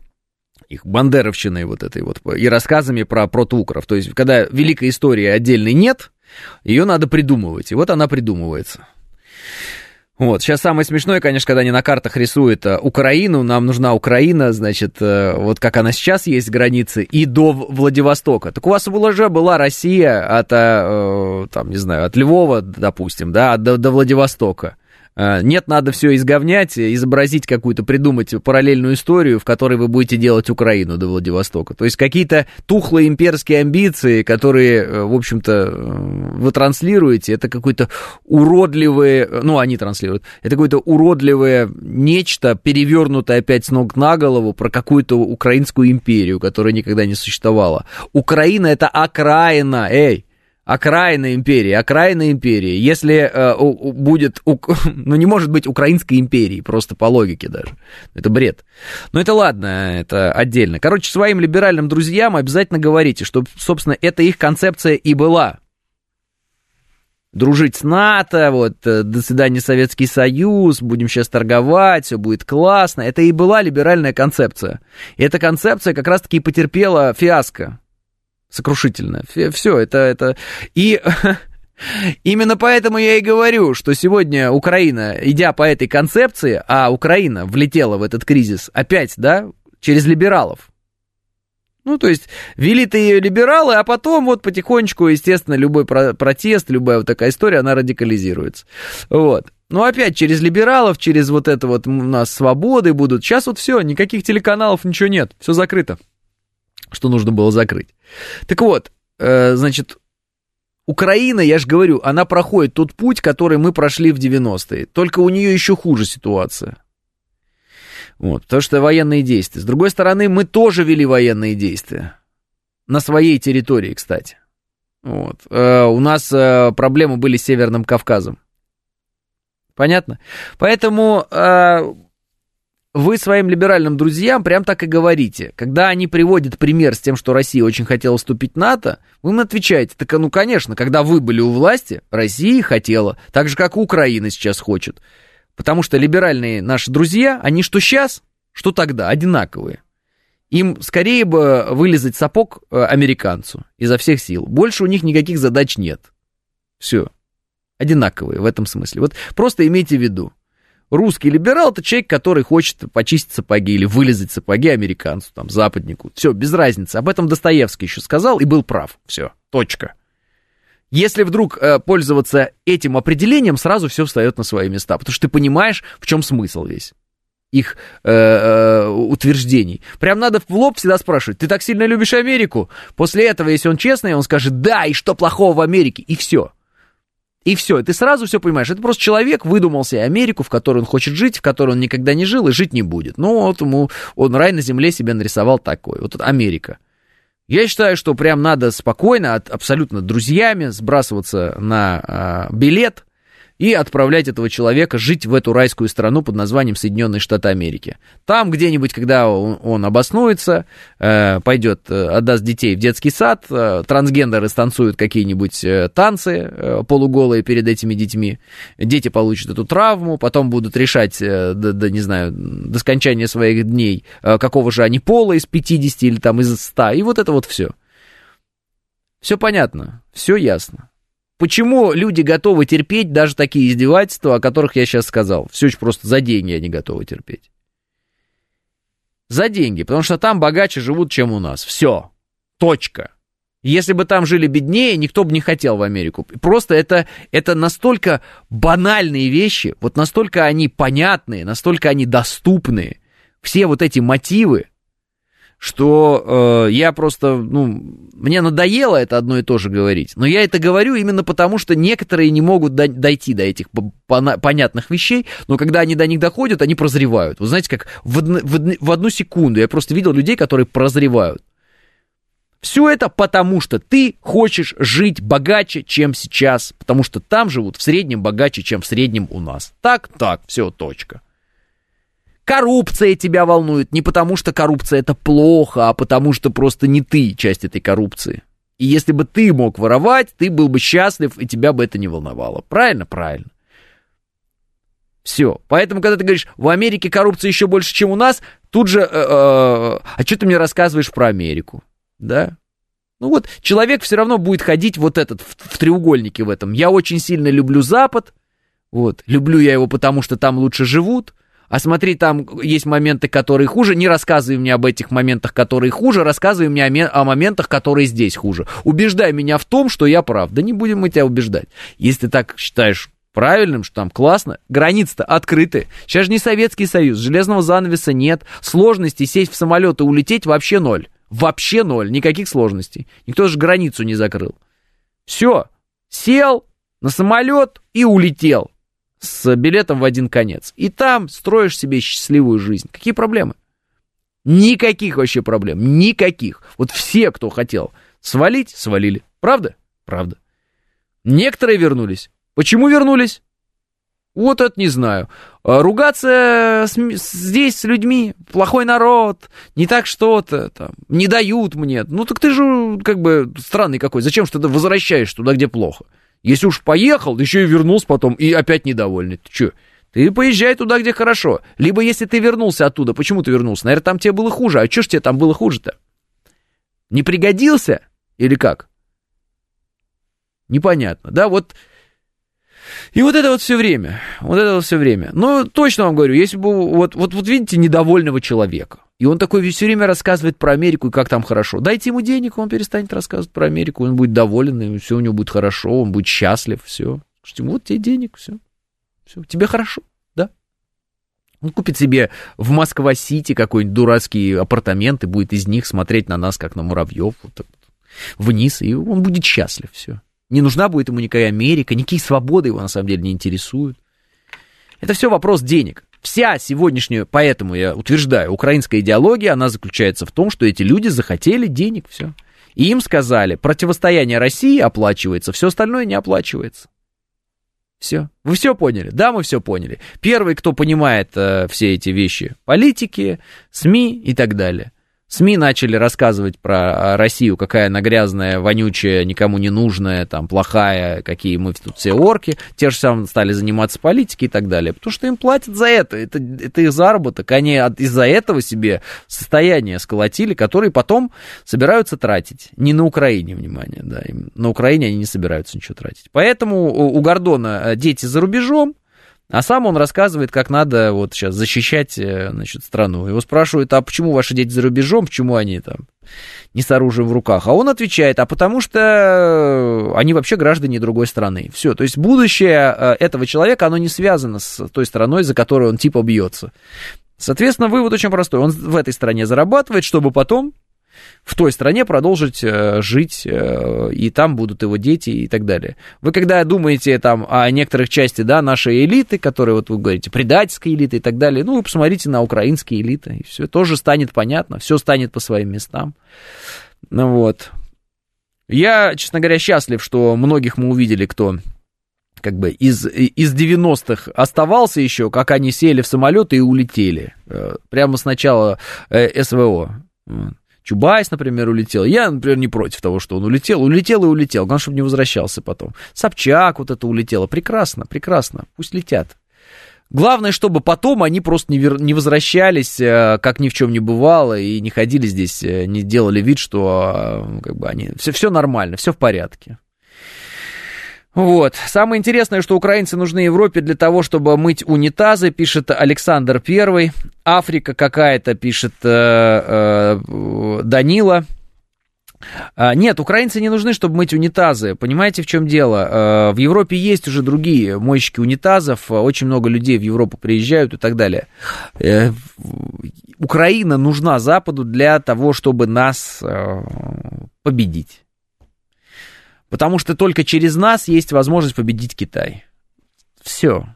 Их бандеровщиной вот этой вот. И рассказами про протоукров. То есть, когда великой истории отдельной нет, ее надо придумывать. И вот она придумывается. Вот, сейчас самое смешное, конечно, когда они на картах рисуют Украину, нам нужна Украина, значит, вот как она сейчас есть, границы, и до Владивостока. Так у вас уже была Россия от, там, не знаю, от Львова, допустим, да, до Владивостока. Нет, надо все изговнять, изобразить какую-то, придумать параллельную историю, в которой вы будете делать Украину до Владивостока. То есть какие-то тухлые имперские амбиции, которые, в общем-то, вы транслируете, это какое-то уродливое, ну, они транслируют, это какое-то уродливое нечто, перевернутое опять с ног на голову про какую-то украинскую империю, которая никогда не существовала. Украина — это окраина, окраина империи. Если будет, ну, не может быть украинской империи, просто по логике даже. Это бред. Но это ладно, это отдельно. Короче, своим либеральным друзьям обязательно говорите, что, собственно, это их концепция и была. Дружить с НАТО, вот, до свидания, Советский Союз, будем сейчас торговать, все будет классно. Это и была либеральная концепция. И эта концепция как раз-таки потерпела фиаско. Сокрушительно. Все, это... И именно поэтому я и говорю, что сегодня Украина, идя по этой концепции, а Украина влетела в этот кризис опять, да, через либералов. Ну, то есть, вели-то ее либералы, а потом вот потихонечку, естественно, любой протест, любая вот такая история, она радикализируется. Вот. Ну, опять через либералов, через вот это вот у нас свободы будут. Сейчас вот все, никаких телеканалов, ничего нет, все закрыто. Что нужно было закрыть. Так вот, значит, Украина, я же говорю, она проходит тот путь, который мы прошли в 90-е. Только у нее еще хуже ситуация. Вот, потому что военные действия. С другой стороны, мы тоже вели военные действия. На своей территории, кстати. Вот. У нас проблемы были с Северным Кавказом. Понятно? Поэтому... Вы своим либеральным друзьям прям так и говорите. Когда они приводят пример с тем, что Россия очень хотела вступить в НАТО, вы им отвечаете, так, ну, конечно, когда вы были у власти, Россия хотела, так же, как и Украина сейчас хочет. Потому что либеральные наши друзья, они что сейчас, что тогда, одинаковые. Им скорее бы вылезать сапог американцу изо всех сил. Больше у них никаких задач нет. Все. Одинаковые в этом смысле. Вот просто имейте в виду. Русский либерал — это человек, который хочет почистить сапоги или вылезать сапоги американцу, там, западнику. Все, без разницы. Об этом Достоевский еще сказал и был прав. Все, точка. Если вдруг пользоваться этим определением, сразу все встает на свои места, потому что ты понимаешь, в чем смысл весь их утверждений. Прям надо в лоб всегда спрашивать: ты так сильно любишь Америку? После этого, если он честный, он скажет: да, и что плохого в Америке? И все. И все, ты сразу все понимаешь. Это просто человек выдумал себе Америку, в которой он хочет жить, в которой он никогда не жил и жить не будет. Ну, вот ему он рай на земле себе нарисовал такой. Вот это Америка. Я считаю, что прям надо спокойно, абсолютно друзьями сбрасываться на билет и отправлять этого человека жить в эту райскую страну под названием Соединенные Штаты Америки. Там где-нибудь, когда он обоснуется, пойдет, отдаст детей в детский сад, трансгендеры станцуют какие-нибудь танцы полуголые перед этими детьми, дети получат эту травму, потом будут решать, не знаю, до скончания своих дней, какого же они пола, из 50 или там из 100, и вот это вот все. Все понятно, все ясно. Почему люди готовы терпеть даже такие издевательства, о которых я сейчас сказал? Все очень просто, за деньги они готовы терпеть. За деньги, потому что там богаче живут, чем у нас. Все, точка. Если бы там жили беднее, никто бы не хотел в Америку. Просто это настолько банальные вещи, вот настолько они понятные, настолько они доступные, все вот эти мотивы, что я просто, мне надоело это одно и то же говорить. Но я это говорю именно потому, что некоторые не могут дойти до этих понятных вещей, но когда они до них доходят, они прозревают. Вы знаете, как в одну секунду я просто видел людей, которые прозревают. Все это потому, что ты хочешь жить богаче, чем сейчас, потому что там живут в среднем богаче, чем в среднем у нас. Так, все, точка. Коррупция тебя волнует не потому, что коррупция это плохо, а потому, что просто не ты часть этой коррупции. И если бы ты мог воровать, ты был бы счастлив, и тебя бы это не волновало. Правильно? Правильно. Все. Поэтому, когда ты говоришь, в Америке коррупция еще больше, чем у нас, тут же, а что ты мне рассказываешь про Америку? Да? Человек все равно будет ходить в треугольнике в этом. Я очень сильно люблю Запад, люблю я его, потому что там лучше живут. А смотри, там есть моменты, которые хуже. Не рассказывай мне об этих моментах, которые хуже. Рассказывай мне о моментах, которые здесь хуже. Убеждай меня в том, что я прав. Да не будем мы тебя убеждать. Если ты так считаешь правильным, что там классно, границы-то открыты. Сейчас же не Советский Союз, железного занавеса нет. Сложностей сесть в самолет и улететь вообще ноль. Вообще ноль. Никаких сложностей. Никто же границу не закрыл. Все. Сел на самолет и улетел. С билетом в один конец. И там строишь себе счастливую жизнь. Какие проблемы? Никаких вообще проблем. Никаких. Все, кто хотел свалить, свалили. Правда? Правда. Некоторые вернулись. Почему вернулись? Это не знаю. Ругаться здесь с людьми, плохой народ, не так что-то, там, не дают мне. Так ты же странный какой. Зачем что-то возвращаешь туда, где плохо? Если уж поехал, еще и вернулся потом, и опять недовольный. Ты что? Ты поезжай туда, где хорошо. Либо если ты вернулся оттуда, почему ты вернулся? Наверное, там тебе было хуже. А что ж тебе там было хуже-то? Не пригодился? Или как? Непонятно. Да, И это все время. Но точно вам говорю, если бы, видите, недовольного человека, и он такой все время рассказывает про Америку и как там хорошо. Дайте ему денег, он перестанет рассказывать про Америку, он будет доволен, и все у него будет хорошо, он будет счастлив, все. Скажите, тебе денег, все, тебе хорошо, да? Он купит себе в Москва-Сити какой-нибудь дурацкий апартамент и будет из них смотреть на нас, как на муравьев, вниз, и он будет счастлив, все. Не нужна будет ему никакая Америка, никакие свободы его на самом деле не интересуют. Это все вопрос денег. Вся сегодняшняя, поэтому я утверждаю, украинская идеология, она заключается в том, что эти люди захотели денег, все. И им сказали, противостояние России оплачивается, все остальное не оплачивается. Все. Вы все поняли? Да, мы все поняли. Первый, кто понимает все эти вещи, политики, СМИ и так далее. СМИ начали рассказывать про Россию, какая она грязная, вонючая, никому не нужная, там, плохая, какие мы тут все орки. Те же самые стали заниматься политикой и так далее. Потому что им платят за это. Это их заработок. Они из-за этого себе состояние сколотили, которые потом собираются тратить. Не на Украине, внимание, да. На Украине они не собираются ничего тратить. Поэтому у Гордона дети за рубежом, а сам он рассказывает, как надо сейчас защищать, страну. Его спрашивают, а почему ваши дети за рубежом, почему они там не с оружием в руках? А он отвечает, а потому что они вообще граждане другой страны. Все, то есть будущее этого человека, оно не связано с той страной, за которую он типа бьется. Соответственно, вывод очень простой. Он в этой стране зарабатывает, чтобы потом в той стране продолжить жить, и там будут его дети и так далее. Вы когда думаете там о некоторых части, да, нашей элиты, которые, вы говорите, предательской элиты и так далее, вы посмотрите на украинские элиты, и все тоже станет понятно, все станет по своим местам. Я, честно говоря, счастлив, что многих мы увидели, кто из 90-х оставался еще, как они сели в самолеты и улетели. Прямо с начала СВО. Чубайс, например, улетел. Я, например, не против того, что он улетел. Улетел и улетел. Главное, чтобы не возвращался потом. Собчак это улетело. Прекрасно, прекрасно. Пусть летят. Главное, чтобы потом они просто не возвращались, как ни в чем не бывало, и не ходили здесь, не делали вид, что они... Все нормально, все в порядке. Самое интересное, что украинцы нужны Европе для того, чтобы мыть унитазы, пишет Александр I. Африка какая-то, пишет Данила. Нет, украинцы не нужны, чтобы мыть унитазы. Понимаете, в чем дело? В Европе есть уже другие мойщики унитазов. Очень много людей в Европу приезжают и так далее. Украина нужна Западу для того, чтобы нас победить. Потому что только через нас есть возможность победить Китай. Все.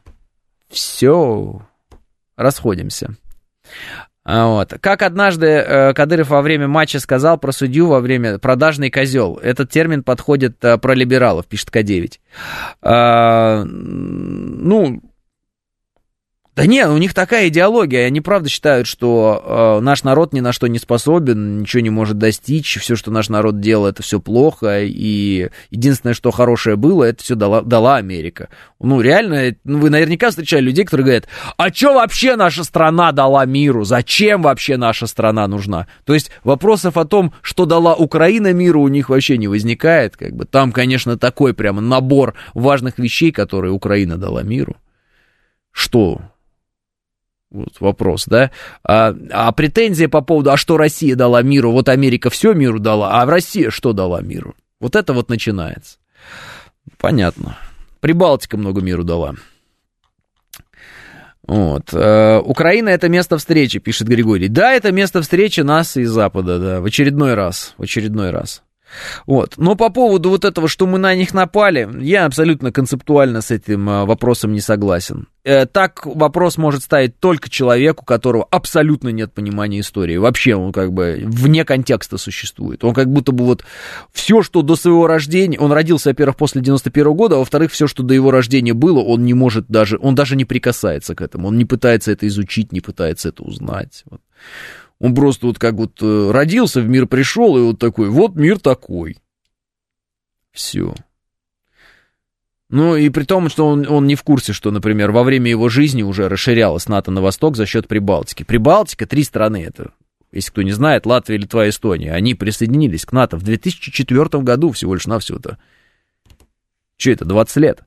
Расходимся. Вот. Как однажды Кадыров во время матча сказал про судью во время «продажный козел». Этот термин подходит про либералов, пишет К9. Да нет, у них такая идеология, они правда считают, что наш народ ни на что не способен, ничего не может достичь, все, что наш народ делал, это все плохо, и единственное, что хорошее было, это все дала Америка. Ну, реально, вы наверняка встречали людей, которые говорят, а что вообще наша страна дала миру, зачем вообще наша страна нужна? То есть вопросов о том, что дала Украина миру, у них вообще не возникает, как бы там, конечно, такой прямо набор важных вещей, которые Украина дала миру. Что? Вот вопрос, да? А претензия по поводу, а что Россия дала миру? Вот Америка все миру дала, а Россия что дала миру? Вот это вот начинается. Понятно. Прибалтика много миру дала. Вот. Украина — это место встречи, пишет Григорий. Да, это место встречи нас и Запада, да, в очередной раз. Вот. Но по поводу вот этого, что мы на них напали, я абсолютно концептуально с этим вопросом не согласен. Так вопрос может ставить только человек, у которого абсолютно нет понимания истории. Вообще он как бы вне контекста существует. Он как будто бы вот все, что до своего рождения, он родился, во-первых, после 91 года, а во-вторых, все, что до его рождения было, он не может даже, он даже не прикасается к этому, он не пытается это изучить, не пытается это узнать. Вот. Он просто вот как вот родился, в мир пришел, и вот такой, вот мир такой. Все. Ну, и при том, что он не в курсе, что, например, во время его жизни уже расширялась НАТО на восток за счет Прибалтики. Прибалтика, 3 страны, это, если кто не знает, Латвия, Литва, Эстония, они присоединились к НАТО в 2004 году всего лишь навсего-то. Что это, 20 лет?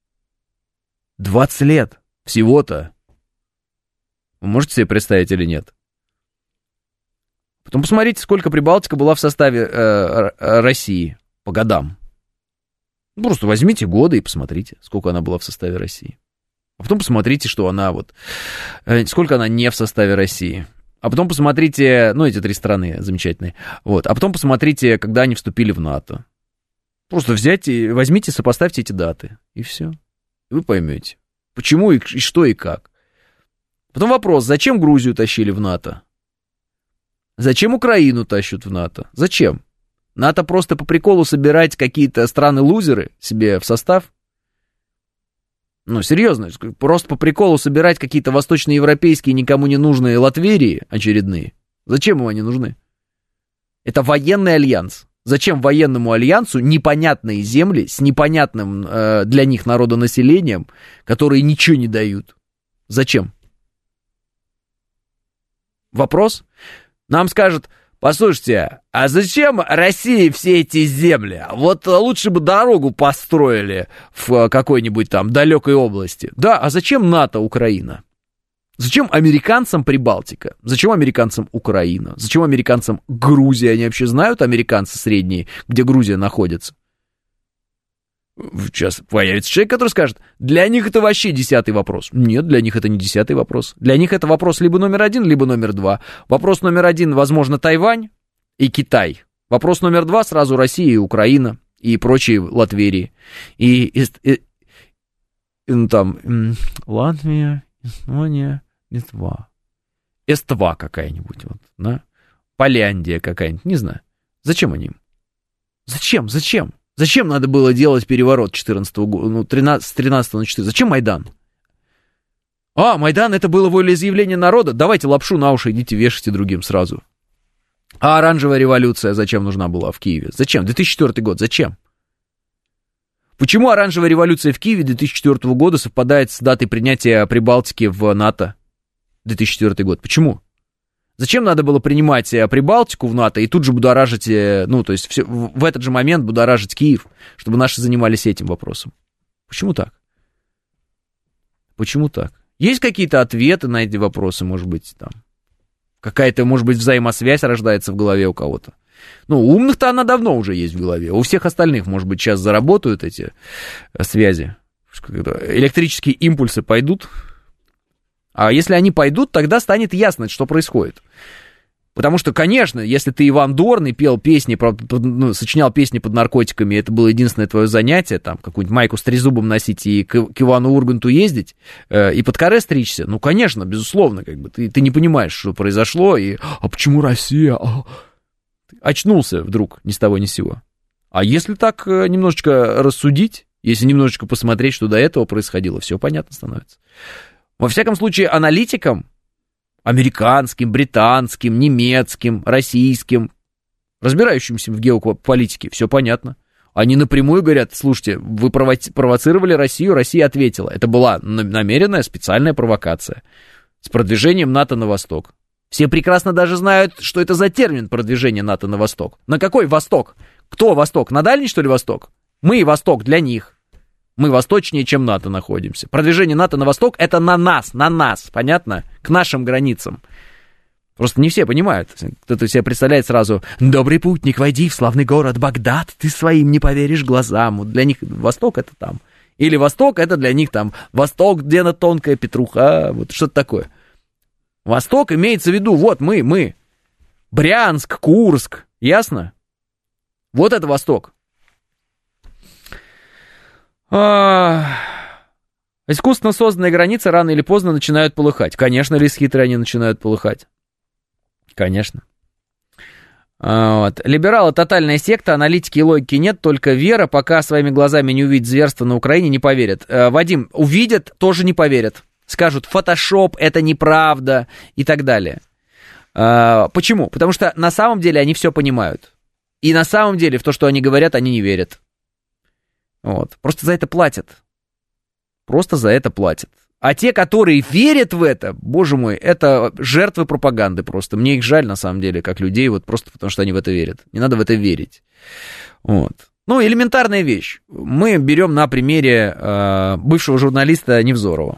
20 лет всего-то. Вы можете себе представить или нет? Потом посмотрите, сколько Прибалтика была в составе России по годам. Просто возьмите годы и посмотрите, сколько она была в составе России. А потом посмотрите, что она вот... Сколько она не в составе России. А потом посмотрите... Ну, эти 3 страны замечательные. Вот. А потом посмотрите, когда они вступили в НАТО. Просто возьмите, сопоставьте эти даты. И все. И вы поймете, почему и что и как. Потом вопрос, зачем Грузию тащили в НАТО? Зачем Украину тащат в НАТО? Зачем? НАТО просто по приколу собирать какие-то страны-лузеры себе в состав? Ну, серьезно, просто по приколу собирать какие-то восточноевропейские никому не нужные Латверии очередные? Зачем им они нужны? Это военный альянс. Зачем военному альянсу непонятные земли с непонятным для них народонаселением, которые ничего не дают? Зачем? Вопрос? Нам скажут, послушайте, а зачем России все эти земли? Вот лучше бы дорогу построили в какой-нибудь там далекой области. Да, а зачем НАТО Украина? Зачем американцам Прибалтика? Зачем американцам Украина? Зачем американцам Грузия? Они вообще знают, американцы средние, где Грузия находится? Сейчас появится человек, который скажет, для них это вообще 10-й вопрос. Нет, для них это не 10-й вопрос. Для них это вопрос либо номер 1, либо номер 2. Вопрос номер 1, возможно, Тайвань и Китай. Вопрос номер 2, сразу Россия и Украина и прочие Латверии. Там Латвия, Эстония, Литва. Эства какая-нибудь, вот, да? Поляндия какая-нибудь, не знаю. Зачем они им? Зачем? Зачем надо было делать переворот 14 года, с 13 на 14? Зачем Майдан? Майдан — это было волеизъявление народа? Давайте лапшу на уши идите вешайте другим сразу. А оранжевая революция зачем нужна была в Киеве? Зачем? 2004 год, зачем? Почему оранжевая революция в Киеве 2004 года совпадает с датой принятия Прибалтики в НАТО? 2004 год. Почему? Зачем надо было принимать Прибалтику в НАТО и тут же будоражить, то есть в этот же момент будоражить Киев, чтобы наши занимались этим вопросом? Почему так? Почему так? Есть какие-то ответы на эти вопросы, может быть, там? Какая-то, может быть, взаимосвязь рождается в голове у кого-то? Ну, у умных-то она давно уже есть в голове. У всех остальных, может быть, сейчас заработают эти связи. Электрические импульсы пойдут. А если они пойдут, тогда станет ясно, что происходит. Потому что, конечно, если ты Иван Дорн и пел песни, сочинял песни под наркотиками, это было единственное твое занятие, там, какую-нибудь майку с трезубом носить и к Ивану Урганту ездить, и под каре стричься, ну, конечно, безусловно, как бы, ты не понимаешь, что произошло, и «А почему Россия?» Очнулся вдруг ни с того ни с сего. А если так немножечко рассудить, если немножечко посмотреть, что до этого происходило, все понятно становится. Во всяком случае, аналитикам, американским, британским, немецким, российским, разбирающимся в геополитике, все понятно. Они напрямую говорят: слушайте, вы провоцировали Россию, Россия ответила. Это была намеренная специальная провокация с продвижением НАТО на восток. Все прекрасно даже знают, что это за термин продвижение НАТО на восток. На какой восток? Кто восток? На дальний, что ли, восток? Мы восток для них. Мы восточнее, чем НАТО находимся. Продвижение НАТО на восток — это на нас, понятно? К нашим границам. Просто не все понимают. Кто-то себе представляет сразу: «Добрый путник, войди в славный город Багдад, ты своим не поверишь глазам». Вот для них восток — это там. Или восток — это для них там восток, где на тонкая петруха, вот что-то такое. Восток имеется в виду, вот мы. Брянск, Курск, ясно? Вот это восток. Искусственно созданные границы рано или поздно начинают полыхать. Конечно, лис хитрый, они начинают полыхать. Конечно. Вот. Либералы — тотальная секта, аналитики и логики нет, только вера. Пока своими глазами не увидят зверство на Украине, не поверят. Вадим, увидят, тоже не поверят. Скажут: фотошоп, это неправда и так далее. Почему? Потому что на самом деле они все понимают. И на самом деле в то, что они говорят, они не верят. Вот. Просто за это платят. А те, которые верят в это, боже мой, это жертвы пропаганды просто. Мне их жаль, на самом деле, как людей, вот просто потому что они в это верят. Не надо в это верить. Вот. Ну, элементарная вещь. Мы берем на примере бывшего журналиста Невзорова.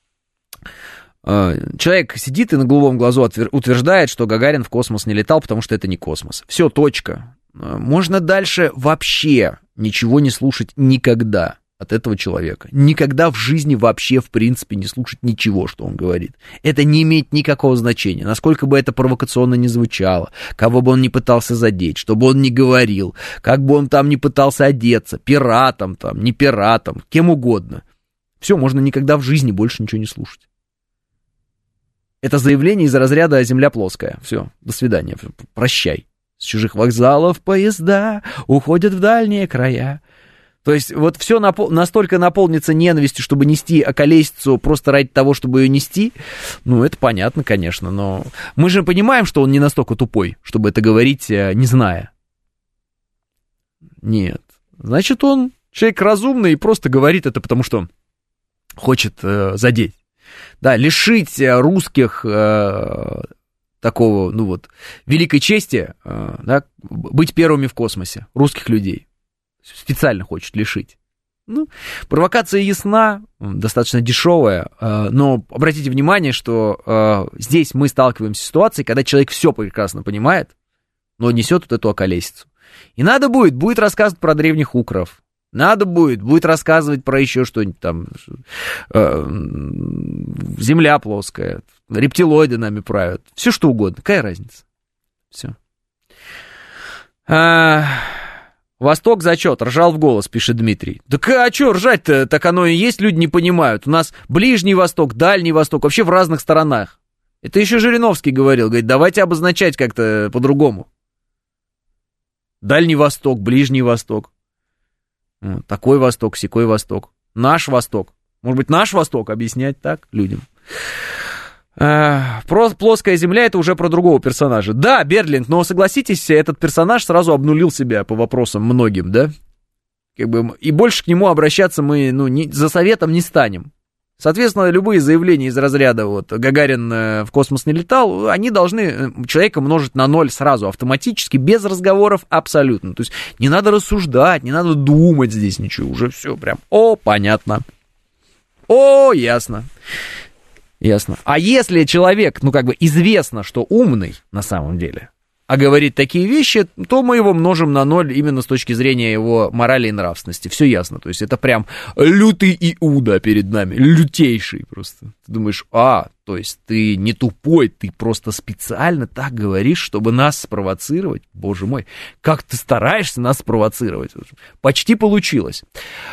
Человек сидит и на голубом глазу утверждает, что Гагарин в космос не летал, потому что это не космос. Все, точка. Можно дальше вообще ничего не слушать никогда от этого человека. Никогда в жизни вообще, в принципе, не слушать ничего, что он говорит. Это не имеет никакого значения. Насколько бы это провокационно ни звучало, кого бы он ни пытался задеть, что бы он ни говорил, как бы он там ни пытался одеться, пиратом там, не пиратом, кем угодно. Все, можно никогда в жизни больше ничего не слушать. Это заявление из разряда «Земля плоская». Все, до свидания, прощай. С чужих вокзалов поезда уходят в дальние края. То есть вот все настолько наполнится ненавистью, чтобы нести околесицу просто ради того, чтобы ее нести. Ну, это понятно, конечно, но мы же понимаем, что он не настолько тупой, чтобы это говорить, не зная. Нет. Значит, он человек разумный и просто говорит это, потому что хочет задеть. Да, лишить русских такого, ну вот, великой чести, да, быть первыми в космосе, русских людей. Специально хочет лишить. Ну, провокация ясна, достаточно дешевая, но обратите внимание, что здесь мы сталкиваемся с ситуацией, когда человек все прекрасно понимает, но несет вот эту околесицу. И надо будет рассказывать про древних укров. Надо будет рассказывать про еще что-нибудь там, земля плоская, рептилоиды нами правят, все что угодно, какая разница, все. Восток зачет, ржал в голос, пишет Дмитрий. Так а что ржать-то, так оно и есть, люди не понимают, у нас Ближний Восток, Дальний Восток, вообще в разных сторонах. Это еще Жириновский говорил, говорит, давайте обозначать как-то по-другому. Дальний Восток, Ближний Восток. Такой Восток, сякой Восток. Наш Восток. Может быть, наш Восток объяснять так людям. Плоская земля — это уже про другого персонажа. Да, Берлинг, но согласитесь, этот персонаж сразу обнулил себя по вопросам многим, да? Как бы, и больше к нему обращаться мы за советом не станем. Соответственно, любые заявления из разряда вот Гагарин в космос не летал, они должны человека множить на ноль сразу, автоматически, без разговоров абсолютно. То есть не надо рассуждать, не надо думать здесь ничего, уже все прям, понятно. Ясно. Ясно. А если человек, известно, что умный на самом деле, а говорит такие вещи, то мы его множим на 0 именно с точки зрения его морали и нравственности. Все ясно. То есть это прям лютый Иуда перед нами, лютейший просто. Ты думаешь, то есть ты не тупой, ты просто специально так говоришь, чтобы нас спровоцировать. Боже мой, как ты стараешься нас спровоцировать. Почти получилось.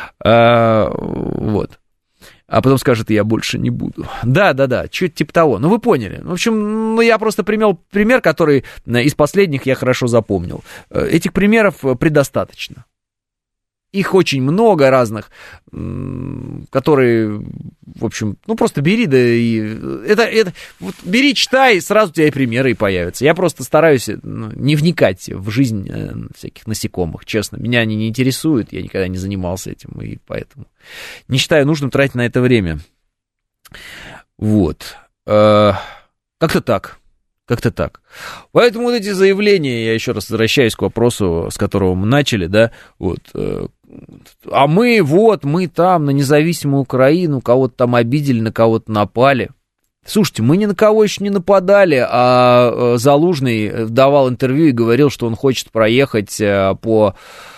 Вот. А потом скажет, я больше не буду. Да, что-то типа того. Ну, вы поняли. В общем, я просто привел пример, который из последних я хорошо запомнил. Этих примеров предостаточно. Их очень много разных, которые, в общем, просто бери, да и... Вот бери, читай, сразу у тебя и примеры и появятся. Я просто стараюсь не вникать в жизнь всяких насекомых, честно. Меня они не интересуют, я никогда не занимался этим, и поэтому не считаю нужным тратить на это время. Вот. Как-то так. Поэтому вот эти заявления, я еще раз возвращаюсь к вопросу, с которого мы начали, да, вот, а мы там на независимую Украину кого-то там обидели, на кого-то напали. Слушайте, мы ни на кого еще не нападали, а Залужный давал интервью и говорил, что он хочет проехать по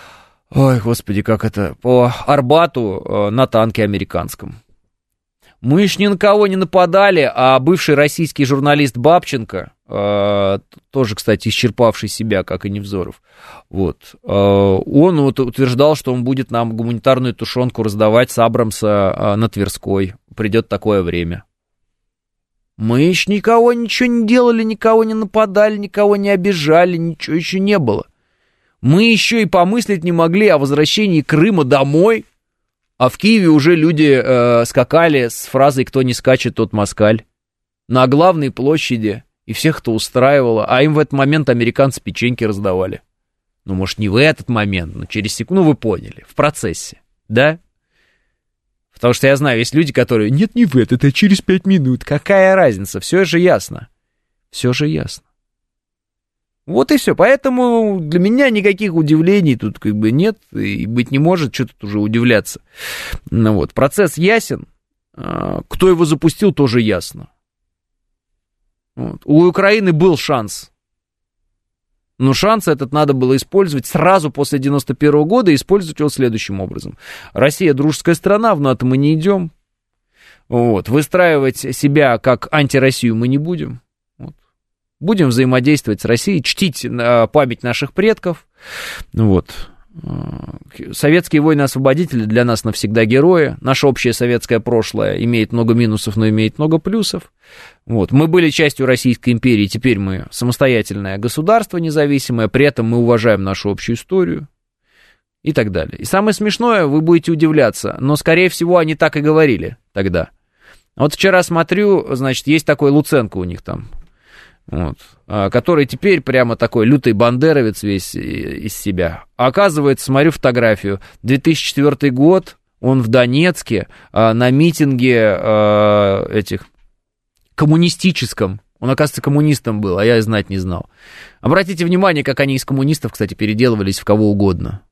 Арбату на танке американском. Мы еще ни на кого не нападали, а бывший российский журналист Бабченко, тоже, кстати, исчерпавший себя, как и Невзоров, вот, он утверждал, что он будет нам гуманитарную тушенку раздавать с Абрамса на Тверской. Придет такое время. Мы еще никого ничего не делали, никого не нападали, никого не обижали, ничего еще не было. Мы еще и помыслить не могли о возвращении Крыма домой. А в Киеве уже люди скакали с фразой «кто не скачет, тот москаль» на главной площади, и всех это устраивало, а им в этот момент американцы печеньки раздавали. Ну, может, не в этот момент, но через секунду, вы поняли, в процессе, да? Потому что я знаю, есть люди, которые «нет, не в этот, а через 5 минут». Какая разница? Все же ясно. Вот и все. Поэтому для меня никаких удивлений тут как бы нет и быть не может, что тут уже удивляться. Ну вот, процесс ясен. Кто его запустил, тоже ясно. Вот. У Украины был шанс. Но шанс этот надо было использовать сразу после 91 года и использовать его следующим образом. Россия дружеская страна, в НАТО мы не идем. Вот. Выстраивать себя как антироссию мы не будем. Будем взаимодействовать с Россией, чтить память наших предков. Вот. Советские войны-освободители для нас навсегда герои. Наше общее советское прошлое имеет много минусов, но имеет много плюсов. Вот. Мы были частью Российской империи, теперь мы самостоятельное государство независимое, при этом мы уважаем нашу общую историю и так далее. И самое смешное, вы будете удивляться, но, скорее всего, они так и говорили тогда. Вот вчера смотрю, значит, есть такой Луценко у них там, вот, который теперь прямо такой лютый бандеровец весь из себя. А оказывается, смотрю фотографию, 2004 год, он в Донецке на митинге коммунистическом. Он, оказывается, коммунистом был, а я и знать не знал. Обратите внимание, как они из коммунистов, кстати, переделывались в кого угодно.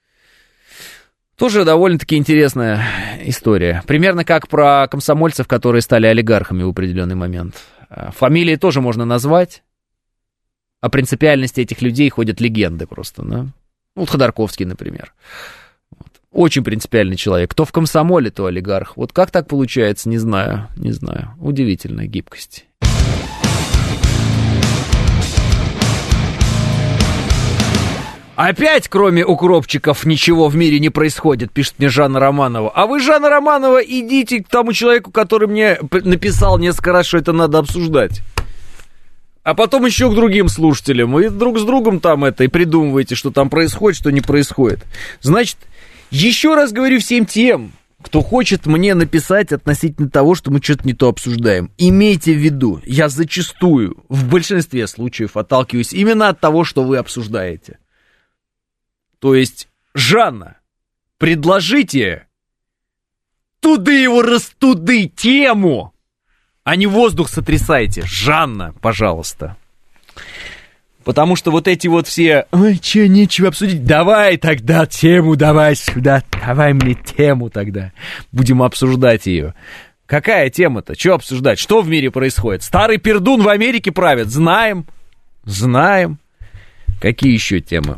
Тоже довольно-таки интересная история. Примерно как про комсомольцев, которые стали олигархами в определенный момент. Фамилии тоже можно назвать. О принципиальности этих людей ходят легенды просто, да? Вот Ходорковский, например. Вот. Очень принципиальный человек. Кто в комсомоле, то олигарх. Вот как так получается, не знаю. Удивительная гибкость. Опять, кроме укропчиков, ничего в мире не происходит, пишет мне Жанна Романова. А вы, Жанна Романова, идите к тому человеку, который мне написал несколько раз, что это надо обсуждать. А потом еще к другим слушателям. И друг с другом там и придумываете, что там происходит, что не происходит. Значит, еще раз говорю всем тем, кто хочет мне написать относительно того, что мы что-то не то обсуждаем. Имейте в виду, я зачастую, в большинстве случаев отталкиваюсь именно от того, что вы обсуждаете. То есть, Жанна, предложите туды его растуды тему, а не воздух сотрясайте. Жанна, пожалуйста. Потому что вот эти вот все, ой, че, нечего обсудить, давай тогда тему, давай сюда, давай мне тему тогда, будем обсуждать ее. Какая тема-то, что обсуждать, что в мире происходит? Старый пердун в Америке правит, знаем. Какие еще темы?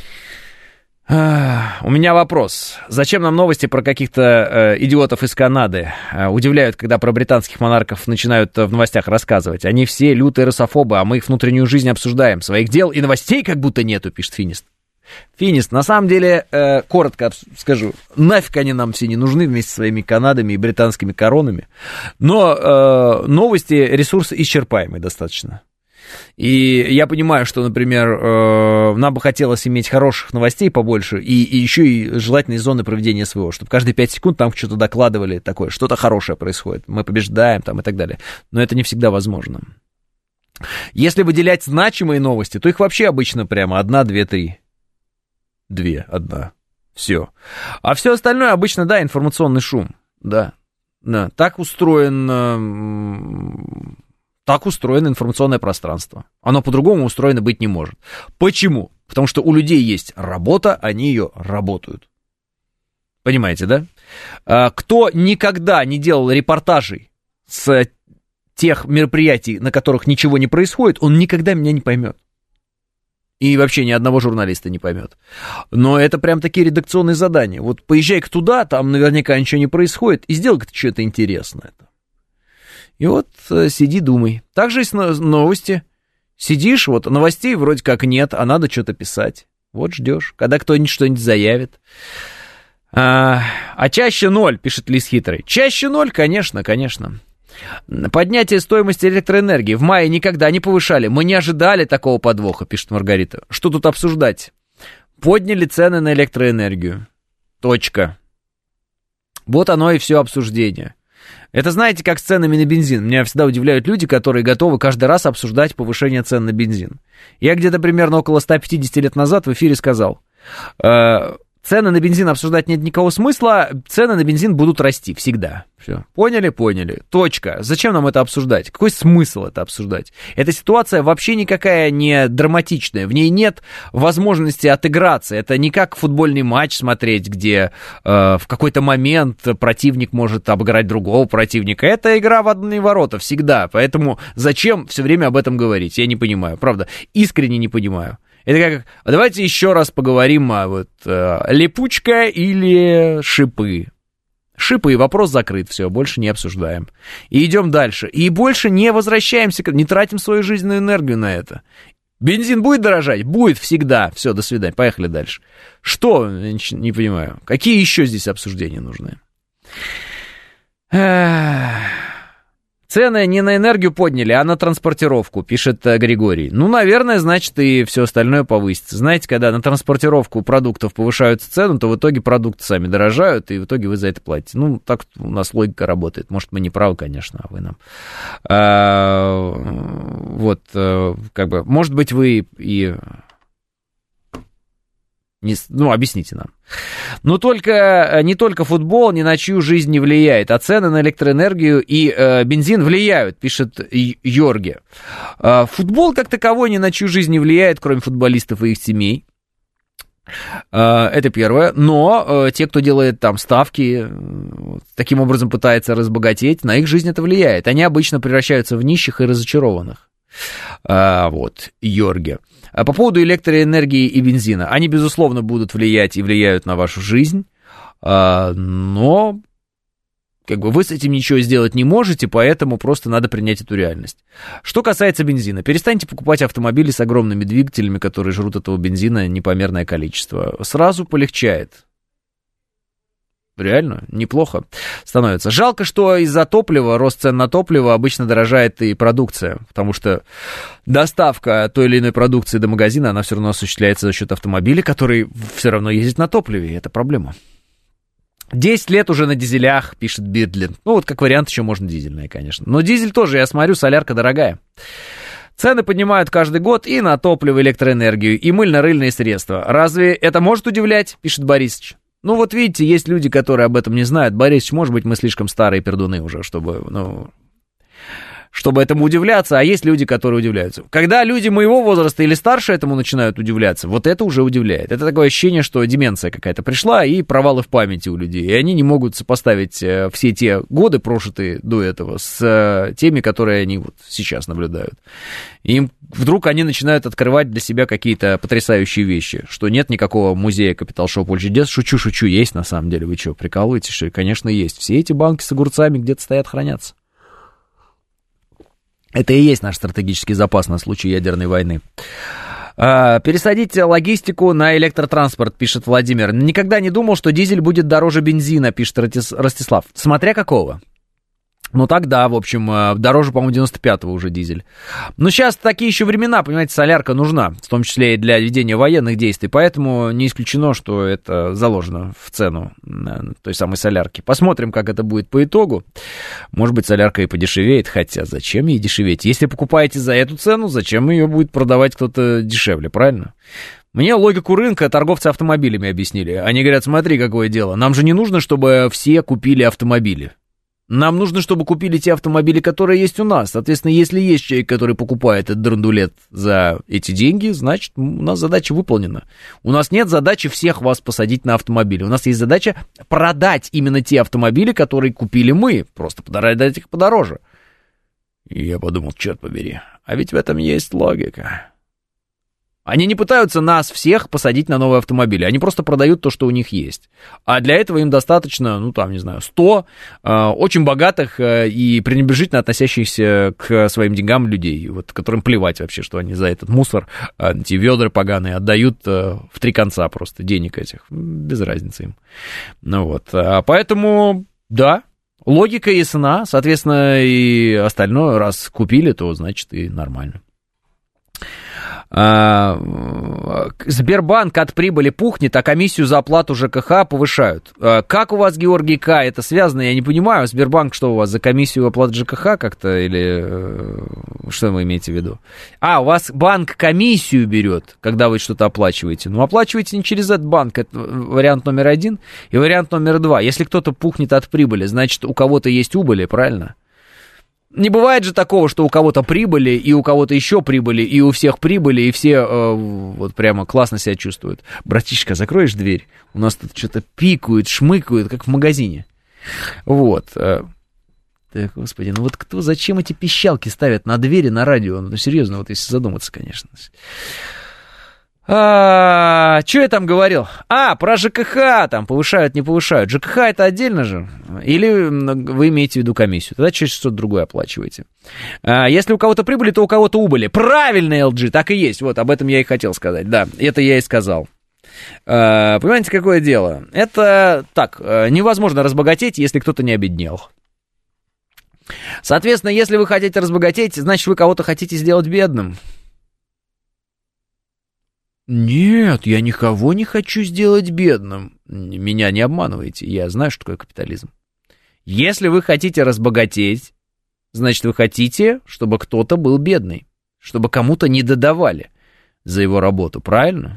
У меня вопрос. Зачем нам новости про каких-то идиотов из Канады? Удивляют, когда про британских монархов начинают в новостях рассказывать. Они все лютые русофобы, а мы их внутреннюю жизнь обсуждаем. Своих дел и новостей как будто нету, пишет Финист. Финист, на самом деле, коротко скажу, нафиг они нам все не нужны вместе со своими Канадами и британскими коронами. Но новости, ресурс исчерпаемый достаточно. И я понимаю, что, например, нам бы хотелось иметь хороших новостей побольше, и еще и желательно из зоны проведения СВО, чтобы каждые 5 секунд там что-то докладывали такое, что-то хорошее происходит, мы побеждаем там и так далее. Но это не всегда возможно. Если выделять значимые новости, то их вообще обычно прямо 1, 2, 3. 2, 1. Все. А все остальное обычно, да, информационный шум. Да. Так устроено информационное пространство. Оно по-другому устроено быть не может. Почему? Потому что у людей есть работа, они ее работают. Понимаете, да? Кто никогда не делал репортажей с тех мероприятий, на которых ничего не происходит, он никогда меня не поймет. И вообще ни одного журналиста не поймет. Но это прям такие редакционные задания. Вот поезжай-ка туда, там наверняка ничего не происходит, и сделай-ка ты что-то интересное. И вот сиди, думай. Так же и с новости. Сидишь, вот новостей вроде как нет, а надо что-то писать. Вот ждешь, когда кто-нибудь что-нибудь заявит. А чаще 0, пишет Лис Хитрый. Чаще 0, конечно. Поднятие стоимости электроэнергии в мае никогда не повышали. Мы не ожидали такого подвоха, пишет Маргарита. Что тут обсуждать? Подняли цены на электроэнергию. Точка. Вот оно и все обсуждение. Это, знаете, как с ценами на бензин. Меня всегда удивляют люди, которые готовы каждый раз обсуждать повышение цен на бензин. Я где-то примерно около 150 лет назад в эфире сказал, цены на бензин обсуждать нет никакого смысла, цены на бензин будут расти всегда. Все. Поняли. Точка. Зачем нам это обсуждать? Какой смысл это обсуждать? Эта ситуация вообще никакая не драматичная. В ней нет возможности отыграться. Это не как футбольный матч смотреть, где в какой-то момент противник может обыграть другого противника. Это игра в одни ворота всегда. Поэтому зачем все время об этом говорить? Я не понимаю. Правда, искренне не понимаю. Это как, давайте еще раз поговорим о липучка или шипы. Шипы, и вопрос закрыт, все, больше не обсуждаем. И идем дальше. И больше не возвращаемся, не тратим свою жизненную энергию на это. Бензин будет дорожать? Будет всегда. Все, до свидания, поехали дальше. Что? Не понимаю. Какие еще здесь обсуждения нужны? Цены не на энергию подняли, а на транспортировку, пишет Григорий. Ну, наверное, значит, и все остальное повысится. Знаете, когда на транспортировку продуктов повышаются цены, то в итоге продукты сами дорожают, и в итоге вы за это платите. Ну, так у нас логика работает. Может, мы не правы, конечно, а вы нам. Может быть, вы и... объясните нам. Но не только футбол ни на чью жизнь не влияет, а цены на электроэнергию и бензин влияют, пишет Йорги. Футбол как таковой ни на чью жизнь не влияет, кроме футболистов и их семей. Это первое. Но те, кто делает там ставки, таким образом пытается разбогатеть, на их жизнь это влияет. Они обычно превращаются в нищих и разочарованных. Йорги. По поводу электроэнергии и бензина. Они, безусловно, будут влиять и влияют на вашу жизнь, но вы с этим ничего сделать не можете, поэтому просто надо принять эту реальность. Что касается бензина, перестаньте покупать автомобили с огромными двигателями, которые жрут этого бензина непомерное количество. Сразу полегчает. Реально, неплохо становится. Жалко, что из-за топлива, рост цен на топливо, обычно дорожает и продукция, потому что доставка той или иной продукции до магазина, она все равно осуществляется за счет автомобиля, который все равно ездит на топливе, и это проблема. 10 лет уже на дизелях, пишет Бирдлин. Как вариант еще можно дизельное, конечно. Но дизель тоже, я смотрю, солярка дорогая. Цены поднимают каждый год и на топливо, электроэнергию, и мыльно-рыльные средства. Разве это может удивлять, пишет Борисович? Видите, есть люди, которые об этом не знают. Борисович, может быть, мы слишком старые пердуны уже, чтобы, чтобы этому удивляться, а есть люди, которые удивляются. Когда люди моего возраста или старше этому начинают удивляться, вот это уже удивляет. Это такое ощущение, что деменция какая-то пришла и провалы в памяти у людей. И они не могут сопоставить все те годы, прожитые до этого, с теми, которые они вот сейчас наблюдают. И вдруг они начинают открывать для себя какие-то потрясающие вещи, что нет никакого музея капитал-шоу «Поле чудес». Шучу, есть на самом деле. Вы что, прикалываетесь? Что? Конечно, есть. Все эти банки с огурцами где-то стоят, хранятся. Это и есть наш стратегический запас на случай ядерной войны. Пересадить логистику на электротранспорт, пишет Владимир. Никогда не думал, что дизель будет дороже бензина, пишет Ростислав. Смотря какого. Ну тогда, в общем, дороже, по-моему, 95-го уже дизель. Но сейчас такие еще времена, понимаете, солярка нужна, в том числе и для ведения военных действий, поэтому не исключено, что это заложено в цену той самой солярки. Посмотрим, как это будет по итогу. Может быть, солярка и подешевеет, хотя зачем ей дешеветь? Если покупаете за эту цену, зачем ее будет продавать кто-то дешевле, правильно? Мне логику рынка торговцы автомобилями объяснили. Они говорят, смотри, какое дело, нам же не нужно, чтобы все купили автомобили. Нам нужно, чтобы купили те автомобили, которые есть у нас. Соответственно, если есть человек, который покупает этот драндулет за эти деньги, значит, у нас задача выполнена. У нас нет задачи всех вас посадить на автомобили. У нас есть задача продать именно те автомобили, которые купили мы. Просто продать их подороже. И я подумал, черт побери, а ведь в этом есть логика. Они не пытаются нас всех посадить на новые автомобили, они просто продают то, что у них есть. А для этого им достаточно, 100 очень богатых и пренебрежительно относящихся к своим деньгам людей, вот, которым плевать вообще, что они за этот мусор, эти ведра поганые отдают в три конца просто денег этих, без разницы им. Поэтому, да, логика ясна, соответственно, и остальное, раз купили, то значит и нормально. Сбербанк от прибыли пухнет, а комиссию за оплату ЖКХ повышают. Как у вас, Георгий К., это связано, я не понимаю. Сбербанк, что у вас, за комиссию оплаты ЖКХ как-то, или что вы имеете в виду? У вас банк комиссию берет, когда вы что-то оплачиваете. Оплачиваете не через этот банк, это вариант номер 1. И вариант номер 2, если кто-то пухнет от прибыли, значит, у кого-то есть убыли, правильно? Не бывает же такого, что у кого-то прибыли, и у кого-то еще прибыли, и у всех прибыли, и все вот прямо классно себя чувствуют. Братишка, закроешь дверь? У нас тут что-то пикают, шмыкают, как в магазине. Вот. Так, господи, зачем эти пищалки ставят на двери, на радио? Серьезно, вот если задуматься, конечно. Что я там говорил? Про ЖКХ там повышают, не повышают. ЖКХ это отдельно же? Или вы имеете в виду комиссию? Тогда через что-то другое оплачиваете. Если у кого-то прибыли, то у кого-то убыли. Правильно, LG, так и есть. Вот, об этом я и хотел сказать. Да, это я и сказал. Понимаете, какое дело? Это так, невозможно разбогатеть, если кто-то не обеднел. Соответственно, если вы хотите разбогатеть, значит, вы кого-то хотите сделать бедным. Нет, я никого не хочу сделать бедным. Меня не обманывайте, я знаю, что такое капитализм. Если вы хотите разбогатеть, значит, вы хотите, чтобы кто-то был бедный, чтобы кому-то не додавали за его работу, правильно?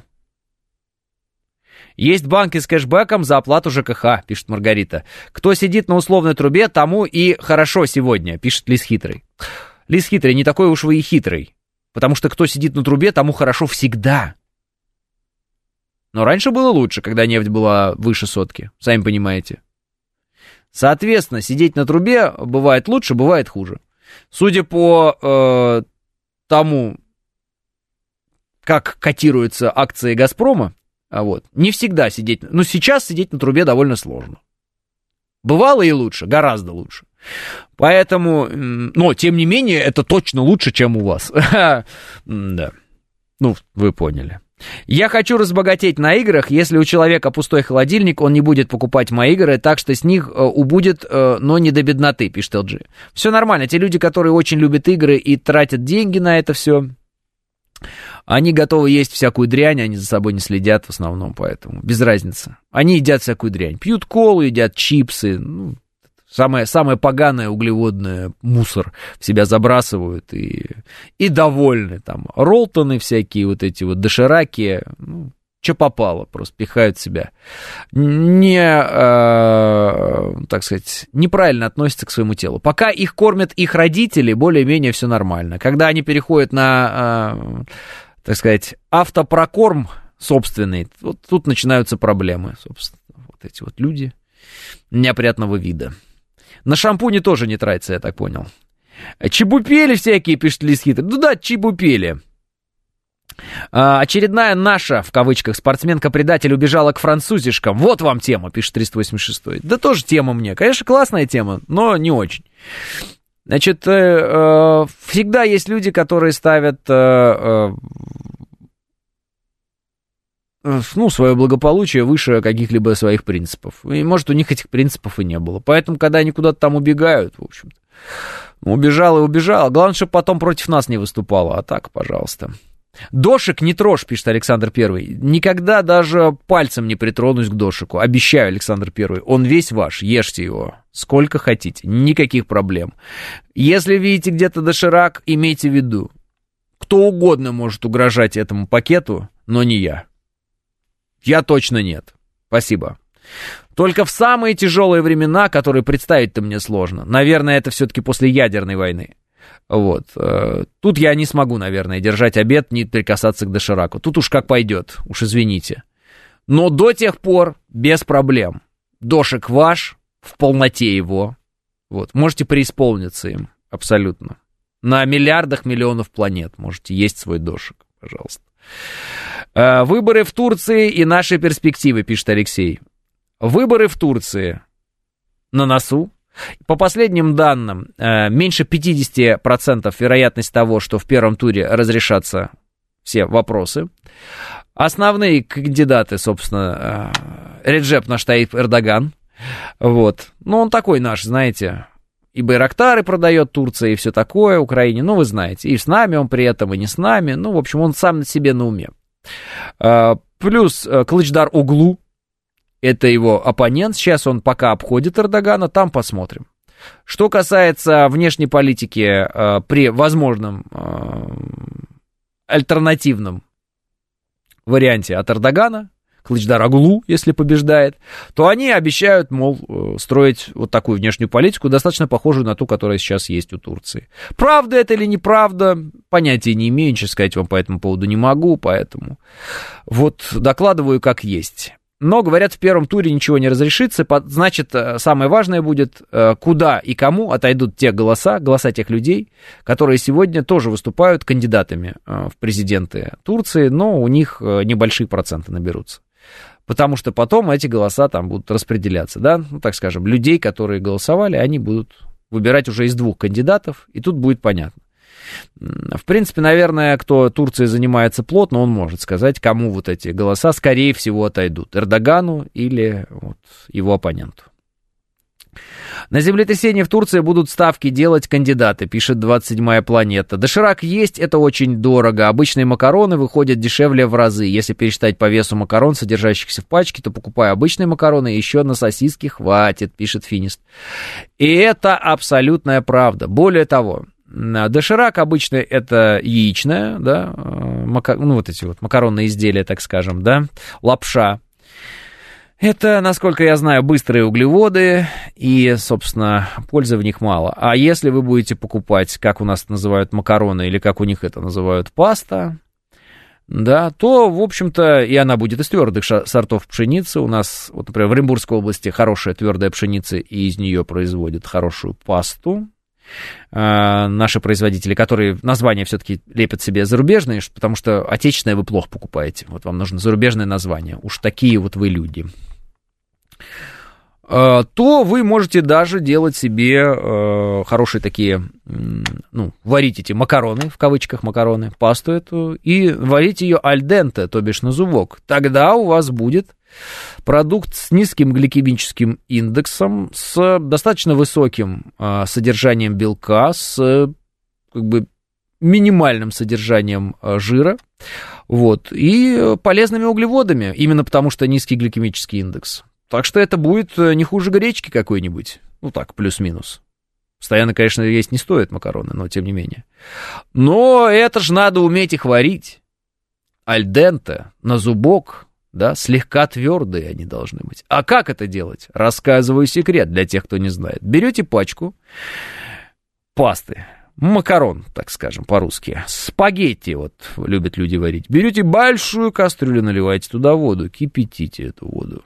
Есть банки с кэшбэком за оплату ЖКХ, пишет Маргарита. Кто сидит на условной трубе, тому и хорошо сегодня, пишет Лис Хитрый. Лис Хитрый, не такой уж вы и хитрый, потому что кто сидит на трубе, тому хорошо всегда. Но раньше было лучше, когда нефть была выше сотки, сами понимаете. Соответственно, сидеть на трубе бывает лучше, бывает хуже. Судя по тому, как котируются акции «Газпрома», не всегда сидеть... сейчас сидеть на трубе довольно сложно. Бывало и лучше, гораздо лучше. Поэтому, но, тем не менее, это точно лучше, чем у вас. Да. Вы поняли. Я хочу разбогатеть на играх. Если у человека пустой холодильник, он не будет покупать мои игры, так что с них убудет, но не до бедноты, пишет LG. Все нормально. Те люди, которые очень любят игры и тратят деньги на это все, они готовы есть всякую дрянь, они за собой не следят в основном, поэтому без разницы. Они едят всякую дрянь. Пьют колу, едят чипсы, самое поганое углеводное мусор в себя забрасывают и довольны. Там роллтоны всякие, вот эти вот дошираки, что попало, просто пихают себя. Так сказать, неправильно относятся к своему телу. Пока их кормят их родители, более-менее все нормально. Когда они переходят на, так сказать, автопрокорм собственный, вот тут начинаются проблемы, собственно. Вот эти вот люди неопрятного вида. На шампуне тоже не тратится, я так понял. Чебупели всякие, пишет Лисхит. Ну да, чебупели. Очередная наша, в кавычках, спортсменка-предатель убежала к французишкам. Вот вам тема, пишет 386. Да тоже тема мне. Конечно, классная тема, но не очень. Значит, всегда есть люди, которые ставят свое благополучие выше каких-либо своих принципов. И, может, у них этих принципов и не было. Поэтому, когда они куда-то там убегают, в общем-то, убежал и убежал. Главное, чтобы потом против нас не выступало. А так, пожалуйста. Дошик не трожь, пишет Александр Первый. Никогда даже пальцем не притронусь к дошику. Обещаю, Александр Первый. Он весь ваш, ешьте его. Сколько хотите, никаких проблем. Если видите где-то доширак, имейте в виду. Кто угодно может угрожать этому пакету, но не я. Я точно нет. Спасибо. Только в самые тяжелые времена, которые представить-то мне сложно. Наверное, это все-таки после ядерной войны. Вот. Тут я не смогу, наверное, держать обед, не прикасаться к дошираку. Тут уж как пойдет, уж извините. Но до тех пор без проблем. Дошик ваш, в полноте его. Вот. Можете преисполниться им, абсолютно. На миллиардах миллионов планет можете есть свой дошик, пожалуйста. Выборы в Турции и наши перспективы, пишет Алексей. Выборы в Турции на носу. По последним данным, меньше 50% вероятность того, что в первом туре разрешатся все вопросы. Основные кандидаты, собственно, Реджеп Таyyip Эрдоган. Вот. Ну, он такой наш, знаете, и байрактары продает Турция, и все такое Украине. Ну, вы знаете, и с нами он при этом, и не с нами. Ну, в общем, он сам себе на уме. Плюс Кылычдар Оглу. Это его оппонент. Сейчас он пока обходит Эрдогана, там посмотрим. Что касается внешней политики при возможном альтернативном варианте от Эрдогана, Кылычдар Оглу, если побеждает, то они обещают, мол, строить вот такую внешнюю политику, достаточно похожую на ту, которая сейчас есть у Турции. Правда это или неправда, понятия не имею, ничего сказать вам по этому поводу не могу, поэтому вот докладываю как есть. Но, говорят, в первом туре ничего не разрешится, значит, самое важное будет, куда и кому отойдут те голоса тех людей, которые сегодня тоже выступают кандидатами в президенты Турции, но у них небольшие проценты наберутся. Потому что потом эти голоса там будут распределяться, да, ну, так скажем, людей, которые голосовали, они будут выбирать уже из двух кандидатов, и тут будет понятно. В принципе, наверное, кто Турцией занимается плотно, он может сказать, кому вот эти голоса, скорее всего, отойдут. Эрдогану или вот его оппоненту. На землетрясение в Турции будут ставки делать кандидаты, пишет 27-я планета. Доширак есть, это очень дорого. Обычные макароны выходят дешевле в разы. Если пересчитать по весу макарон, содержащихся в пачке, то покупая обычные макароны, еще на сосиски хватит, пишет Финист. И это абсолютная правда. Более того, доширак обычно это яичная, да, вот эти вот макаронные изделия, так скажем, да, лапша. Это, насколько я знаю, быстрые углеводы, и, собственно, пользы в них мало. А если вы будете покупать, как у нас это называют, макароны, или как у них это называют, паста, да, то, в общем-то, и она будет из твердых сортов пшеницы. У нас, вот, например, в Оренбургской области хорошая твердая пшеница, и из нее производят хорошую пасту. Наши производители, которые названия все-таки лепят себе зарубежные, потому что отечественное вы плохо покупаете. Вот вам нужно зарубежное название. Уж такие вот вы люди. То вы можете даже делать себе хорошие такие, ну, варить эти макароны, в кавычках макароны, пасту эту, и варить ее аль денте, то бишь на зубок. Тогда у вас будет продукт с низким гликемическим индексом, с достаточно высоким содержанием белка, с как бы минимальным содержанием жира, вот, и полезными углеводами, именно потому что низкий гликемический индекс. Так что это будет не хуже гречки какой-нибудь, ну так, плюс-минус. Постоянно, конечно, есть не стоит макароны, но тем не менее. Но это же надо уметь их варить. Аль денте, на зубок. да, слегка твердые они должны быть. А как это делать? Рассказываю секрет для тех, кто не знает. Берете пачку пасты, макарон, так скажем, по-русски, спагетти, вот, любят люди варить. Берете большую кастрюлю, наливаете туда воду, кипятите эту воду.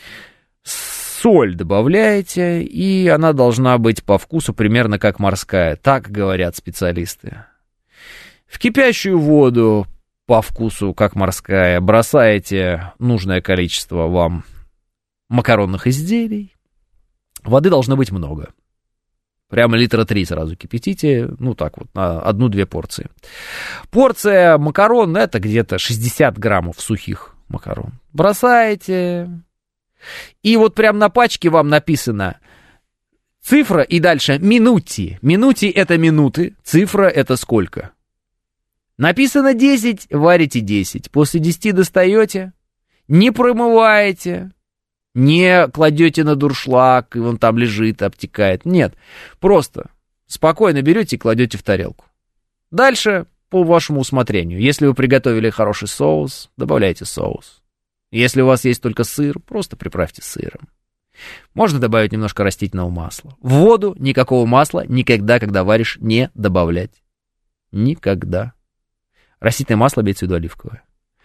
Соль добавляете, и она должна быть по вкусу примерно как морская. Так говорят специалисты. В кипящую воду по вкусу как морская бросаете нужное количество вам макаронных изделий. Воды должно быть много. Прямо 3 литра сразу кипятите, ну так вот, на 1-2 порции. Порция макарон — это где-то 60 граммов сухих макарон. Бросаете... И вот прям на пачке вам написано цифра и дальше минути. Минути — это минуты, цифра — это сколько. Написано 10, варите 10. После 10 достаете, не промываете, не кладете на дуршлаг, и он там лежит, обтекает. Нет, просто спокойно берете и кладете в тарелку. Дальше по вашему усмотрению. Если вы приготовили хороший соус, добавляйте соус. Если у вас есть только сыр, просто приправьте сыром. Можно добавить немножко растительного масла. В воду никакого масла никогда, когда варишь, не добавлять. Никогда. Растительное масло, имеется в виду оливковое.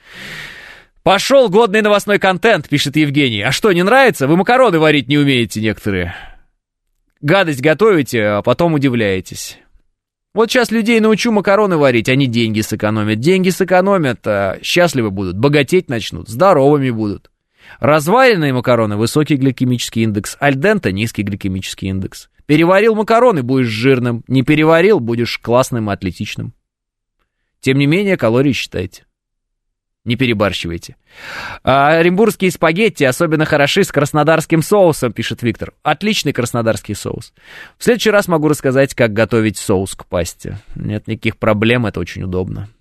Пошел годный новостной контент, пишет Евгений. А что, не нравится? Вы макароны варить не умеете некоторые. Гадость готовите, а потом удивляетесь. Вот сейчас людей научу макароны варить, они деньги сэкономят. Деньги сэкономят, счастливы будут, богатеть начнут, здоровыми будут. Разваренные макароны — высокий гликемический индекс, аль денте — низкий гликемический индекс. Переварил макароны — будешь жирным, не переварил — будешь классным и атлетичным. Тем не менее, калории считайте. Не перебарщивайте. Оренбургские спагетти особенно хороши с краснодарским соусом, пишет Виктор. Отличный краснодарский соус. В следующий раз могу рассказать, как готовить соус к пасте. Нет никаких проблем, это очень удобно.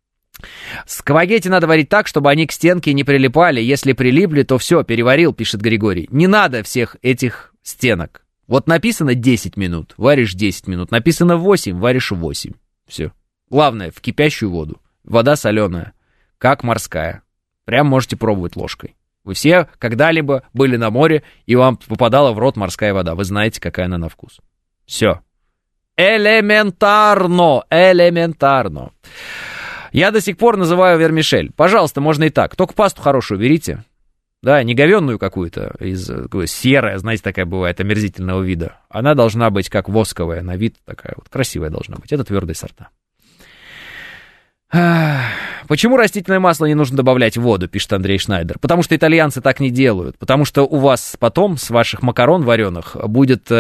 Спагетти надо варить так, чтобы они к стенке не прилипали. Если прилипли, то все, переварил, пишет Григорий. Не надо всех этих стенок. Вот написано 10 минут, варишь 10 минут. Написано 8, варишь 8. Все. Главное, в кипящую воду. Вода соленая. Как морская. Прям можете пробовать ложкой. Вы все когда-либо были на море, и вам попадала в рот морская вода. Вы знаете, какая она на вкус. Все. Элементарно. Элементарно. Я до сих пор называю вермишель. Пожалуйста, можно и так. Только пасту хорошую берите. Да, не говенную какую-то, серая, знаете, такая бывает, омерзительного вида. Она должна быть как восковая на вид, такая вот красивая должна быть. Это твердые сорта. Почему растительное масло не нужно добавлять в воду, пишет Андрей Шнайдер? Потому что итальянцы так не делают. Потому что у вас потом с ваших макарон вареных будет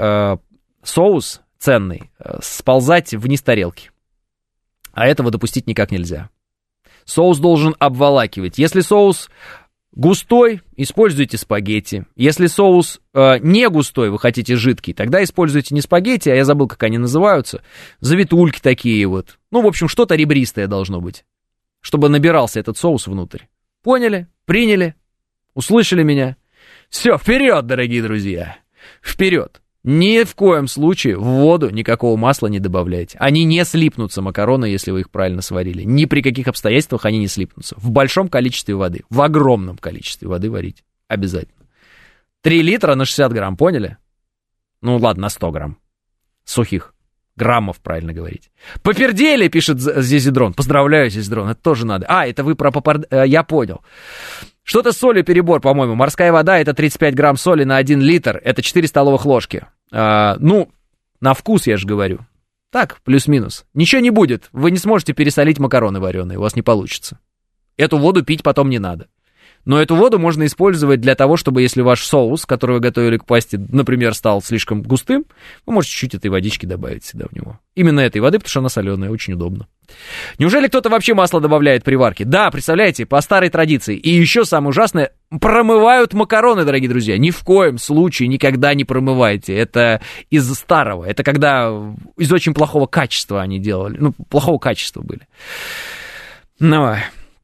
соус ценный сползать вниз тарелки. А этого допустить никак нельзя. Соус должен обволакивать. Если соус густой, используйте спагетти. Если соус не густой, вы хотите жидкий, тогда используйте не спагетти, а я забыл, как они называются. Завитульки такие вот. Ну, в общем, что-то ребристое должно быть, чтобы набирался этот соус внутрь. Поняли? Приняли? Услышали меня? Все, вперед, дорогие друзья! Вперед! Ни в коем случае в воду никакого масла не добавляйте. Они не слипнутся, макароны, если вы их правильно сварили. Ни при каких обстоятельствах они не слипнутся. В большом количестве воды, в огромном количестве воды варить. Обязательно. 3 литра на 60 грамм, поняли? Ну ладно, на 100 грамм. Сухих. Граммов, правильно говорить. Попердели, пишет Зизидрон. Поздравляю, Зизидрон, это тоже надо. Это вы про я понял. Что-то с солью перебор, по-моему. Морская вода — это 35 грамм соли на 1 литр. Это 4 столовых ложки. Ну, на вкус, я же говорю. Так, плюс-минус. Ничего не будет. Вы не сможете пересолить макароны вареные. У вас не получится. Эту воду пить потом не надо. Но эту воду можно использовать для того, чтобы, если ваш соус, который вы готовили к пасте, например, стал слишком густым, вы можете чуть-чуть этой водички добавить сюда в него. Именно этой воды, потому что она соленая, очень удобно. Неужели кто-то вообще масло добавляет при варке? Да, представляете, по старой традиции. И еще самое ужасное, промывают макароны, дорогие друзья. Ни в коем случае никогда не промывайте. Это из старого. Это когда из очень плохого качества они делали. Ну, плохого качества были. Ну,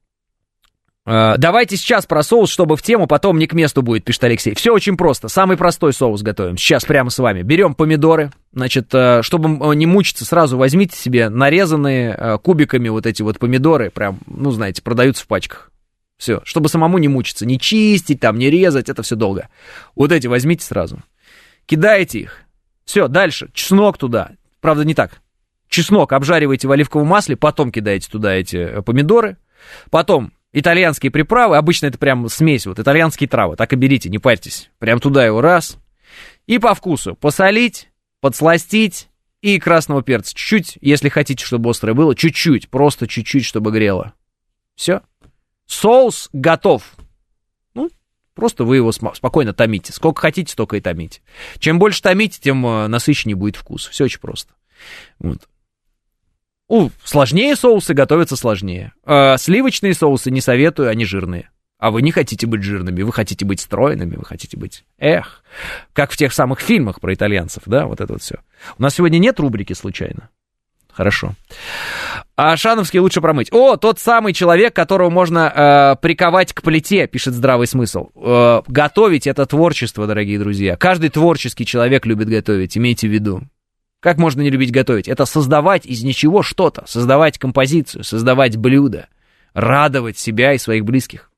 давайте сейчас про соус, чтобы в тему, потом не к месту будет, пишет Алексей. Все очень просто. Самый простой соус готовим. Сейчас прямо с вами. Берем помидоры. Значит, чтобы не мучиться, сразу возьмите себе нарезанные кубиками вот эти вот помидоры. Прям, ну, знаете, продаются в пачках. Все, чтобы самому не мучиться, не чистить, там, не резать, это все долго. Вот эти возьмите сразу, кидайте их. Все, дальше, чеснок туда. Правда, не так. Чеснок обжариваете в оливковом масле, потом кидаете туда эти помидоры, потом итальянские приправы, обычно это прям смесь, вот итальянские травы, так и берите, не парьтесь. Прям туда его раз. И по вкусу посолить, подсластить и красного перца. Чуть-чуть, если хотите, чтобы острое было, чуть-чуть, просто чуть-чуть, чтобы грело. Все. Соус готов. Ну, просто вы его спокойно томите. Сколько хотите, столько и томите. Чем больше томите, тем насыщеннее будет вкус. Все очень просто. Вот. Сложнее соусы готовятся сложнее. Сливочные соусы не советую, они жирные. А вы не хотите быть жирными, вы хотите быть стройными, вы хотите быть... как в тех самых фильмах про итальянцев, да, вот это вот все. У нас сегодня нет рубрики случайно? Хорошо. А Шановский лучше промыть. Тот самый человек, которого можно приковать к плите, пишет Здравый смысл. Готовить — это творчество, дорогие друзья. Каждый творческий человек любит готовить, имейте в виду. Как можно не любить готовить? Это создавать из ничего что-то, создавать композицию, создавать блюдо, радовать себя и своих близких.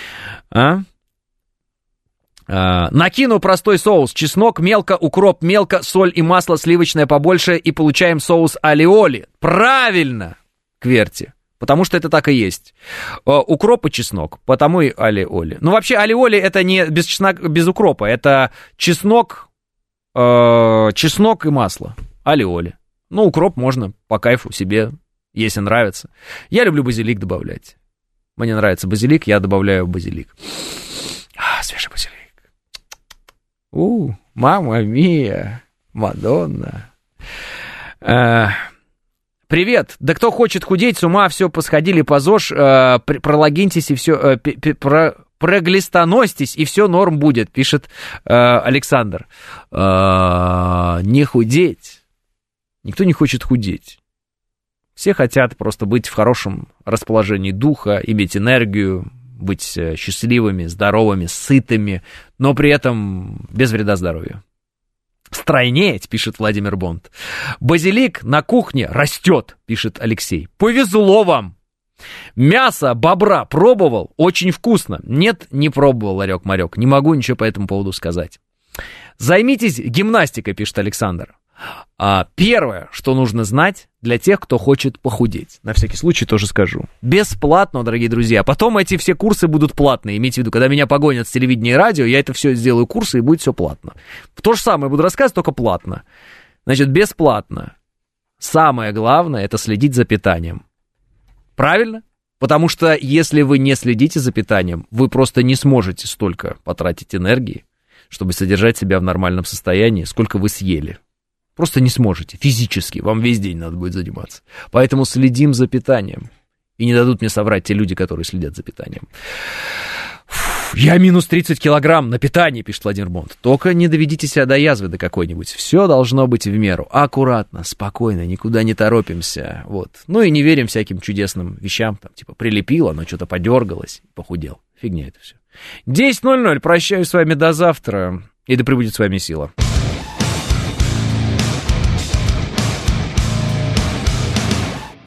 Накину простой соус. Чеснок мелко, укроп мелко, соль и масло сливочное побольше, и получаем соус алиоли. Правильно, Кверти. Потому что это так и есть. Укроп и чеснок, потому и алиоли. Ну, вообще, алиоли это не без чеснока, без укропа. Это чеснок и масло. Алиоли. Ну, укроп можно по кайфу себе, если нравится. Я люблю базилик добавлять. Мне нравится базилик, я добавляю базилик. Свежий базилик. Мама мия, Мадонна. Привет. Да кто хочет худеть, с ума все посходили по ЗОЖ, прологиньтесь и все, проглистоносьтесь, и все норм будет, пишет Александр. Не худеть. Никто не хочет худеть. Все хотят просто быть в хорошем расположении духа, иметь энергию, быть счастливыми, здоровыми, сытыми, но при этом без вреда здоровью. Стройнеть, пишет Владимир Бонд. Базилик на кухне растет, пишет Алексей. Повезло вам. Мясо бобра пробовал? Очень вкусно. Нет, не пробовал, ларек-марек. Не могу ничего по этому поводу сказать. Займитесь гимнастикой, пишет Александр. Первое, что нужно знать для тех, кто хочет похудеть. На всякий случай тоже скажу. Бесплатно, дорогие друзья. Потом эти все курсы будут платные. Имейте в виду, когда меня погонят с телевидения и радио, я это все сделаю курсы, и будет все платно. То же самое буду рассказывать, только платно. Значит, бесплатно. Самое главное — это следить за питанием. Правильно? Потому что если вы не следите за питанием, вы просто не сможете столько потратить энергии, чтобы содержать себя в нормальном состоянии, сколько вы съели. Просто не сможете, физически, вам весь день надо будет заниматься. Поэтому следим за питанием. И не дадут мне соврать те люди, которые следят за питанием. Я минус 30 килограмм на питании, пишет Владимир Бонд. Только не доведите себя до язвы до какой-нибудь. Все должно быть в меру. Аккуратно, спокойно, никуда не торопимся. Вот. Ну и не верим всяким чудесным вещам. Там, типа прилепило, но что-то подергалось, похудел. Фигня это все. 10:00. Прощаюсь с вами до завтра. И да пребудет с вами сила.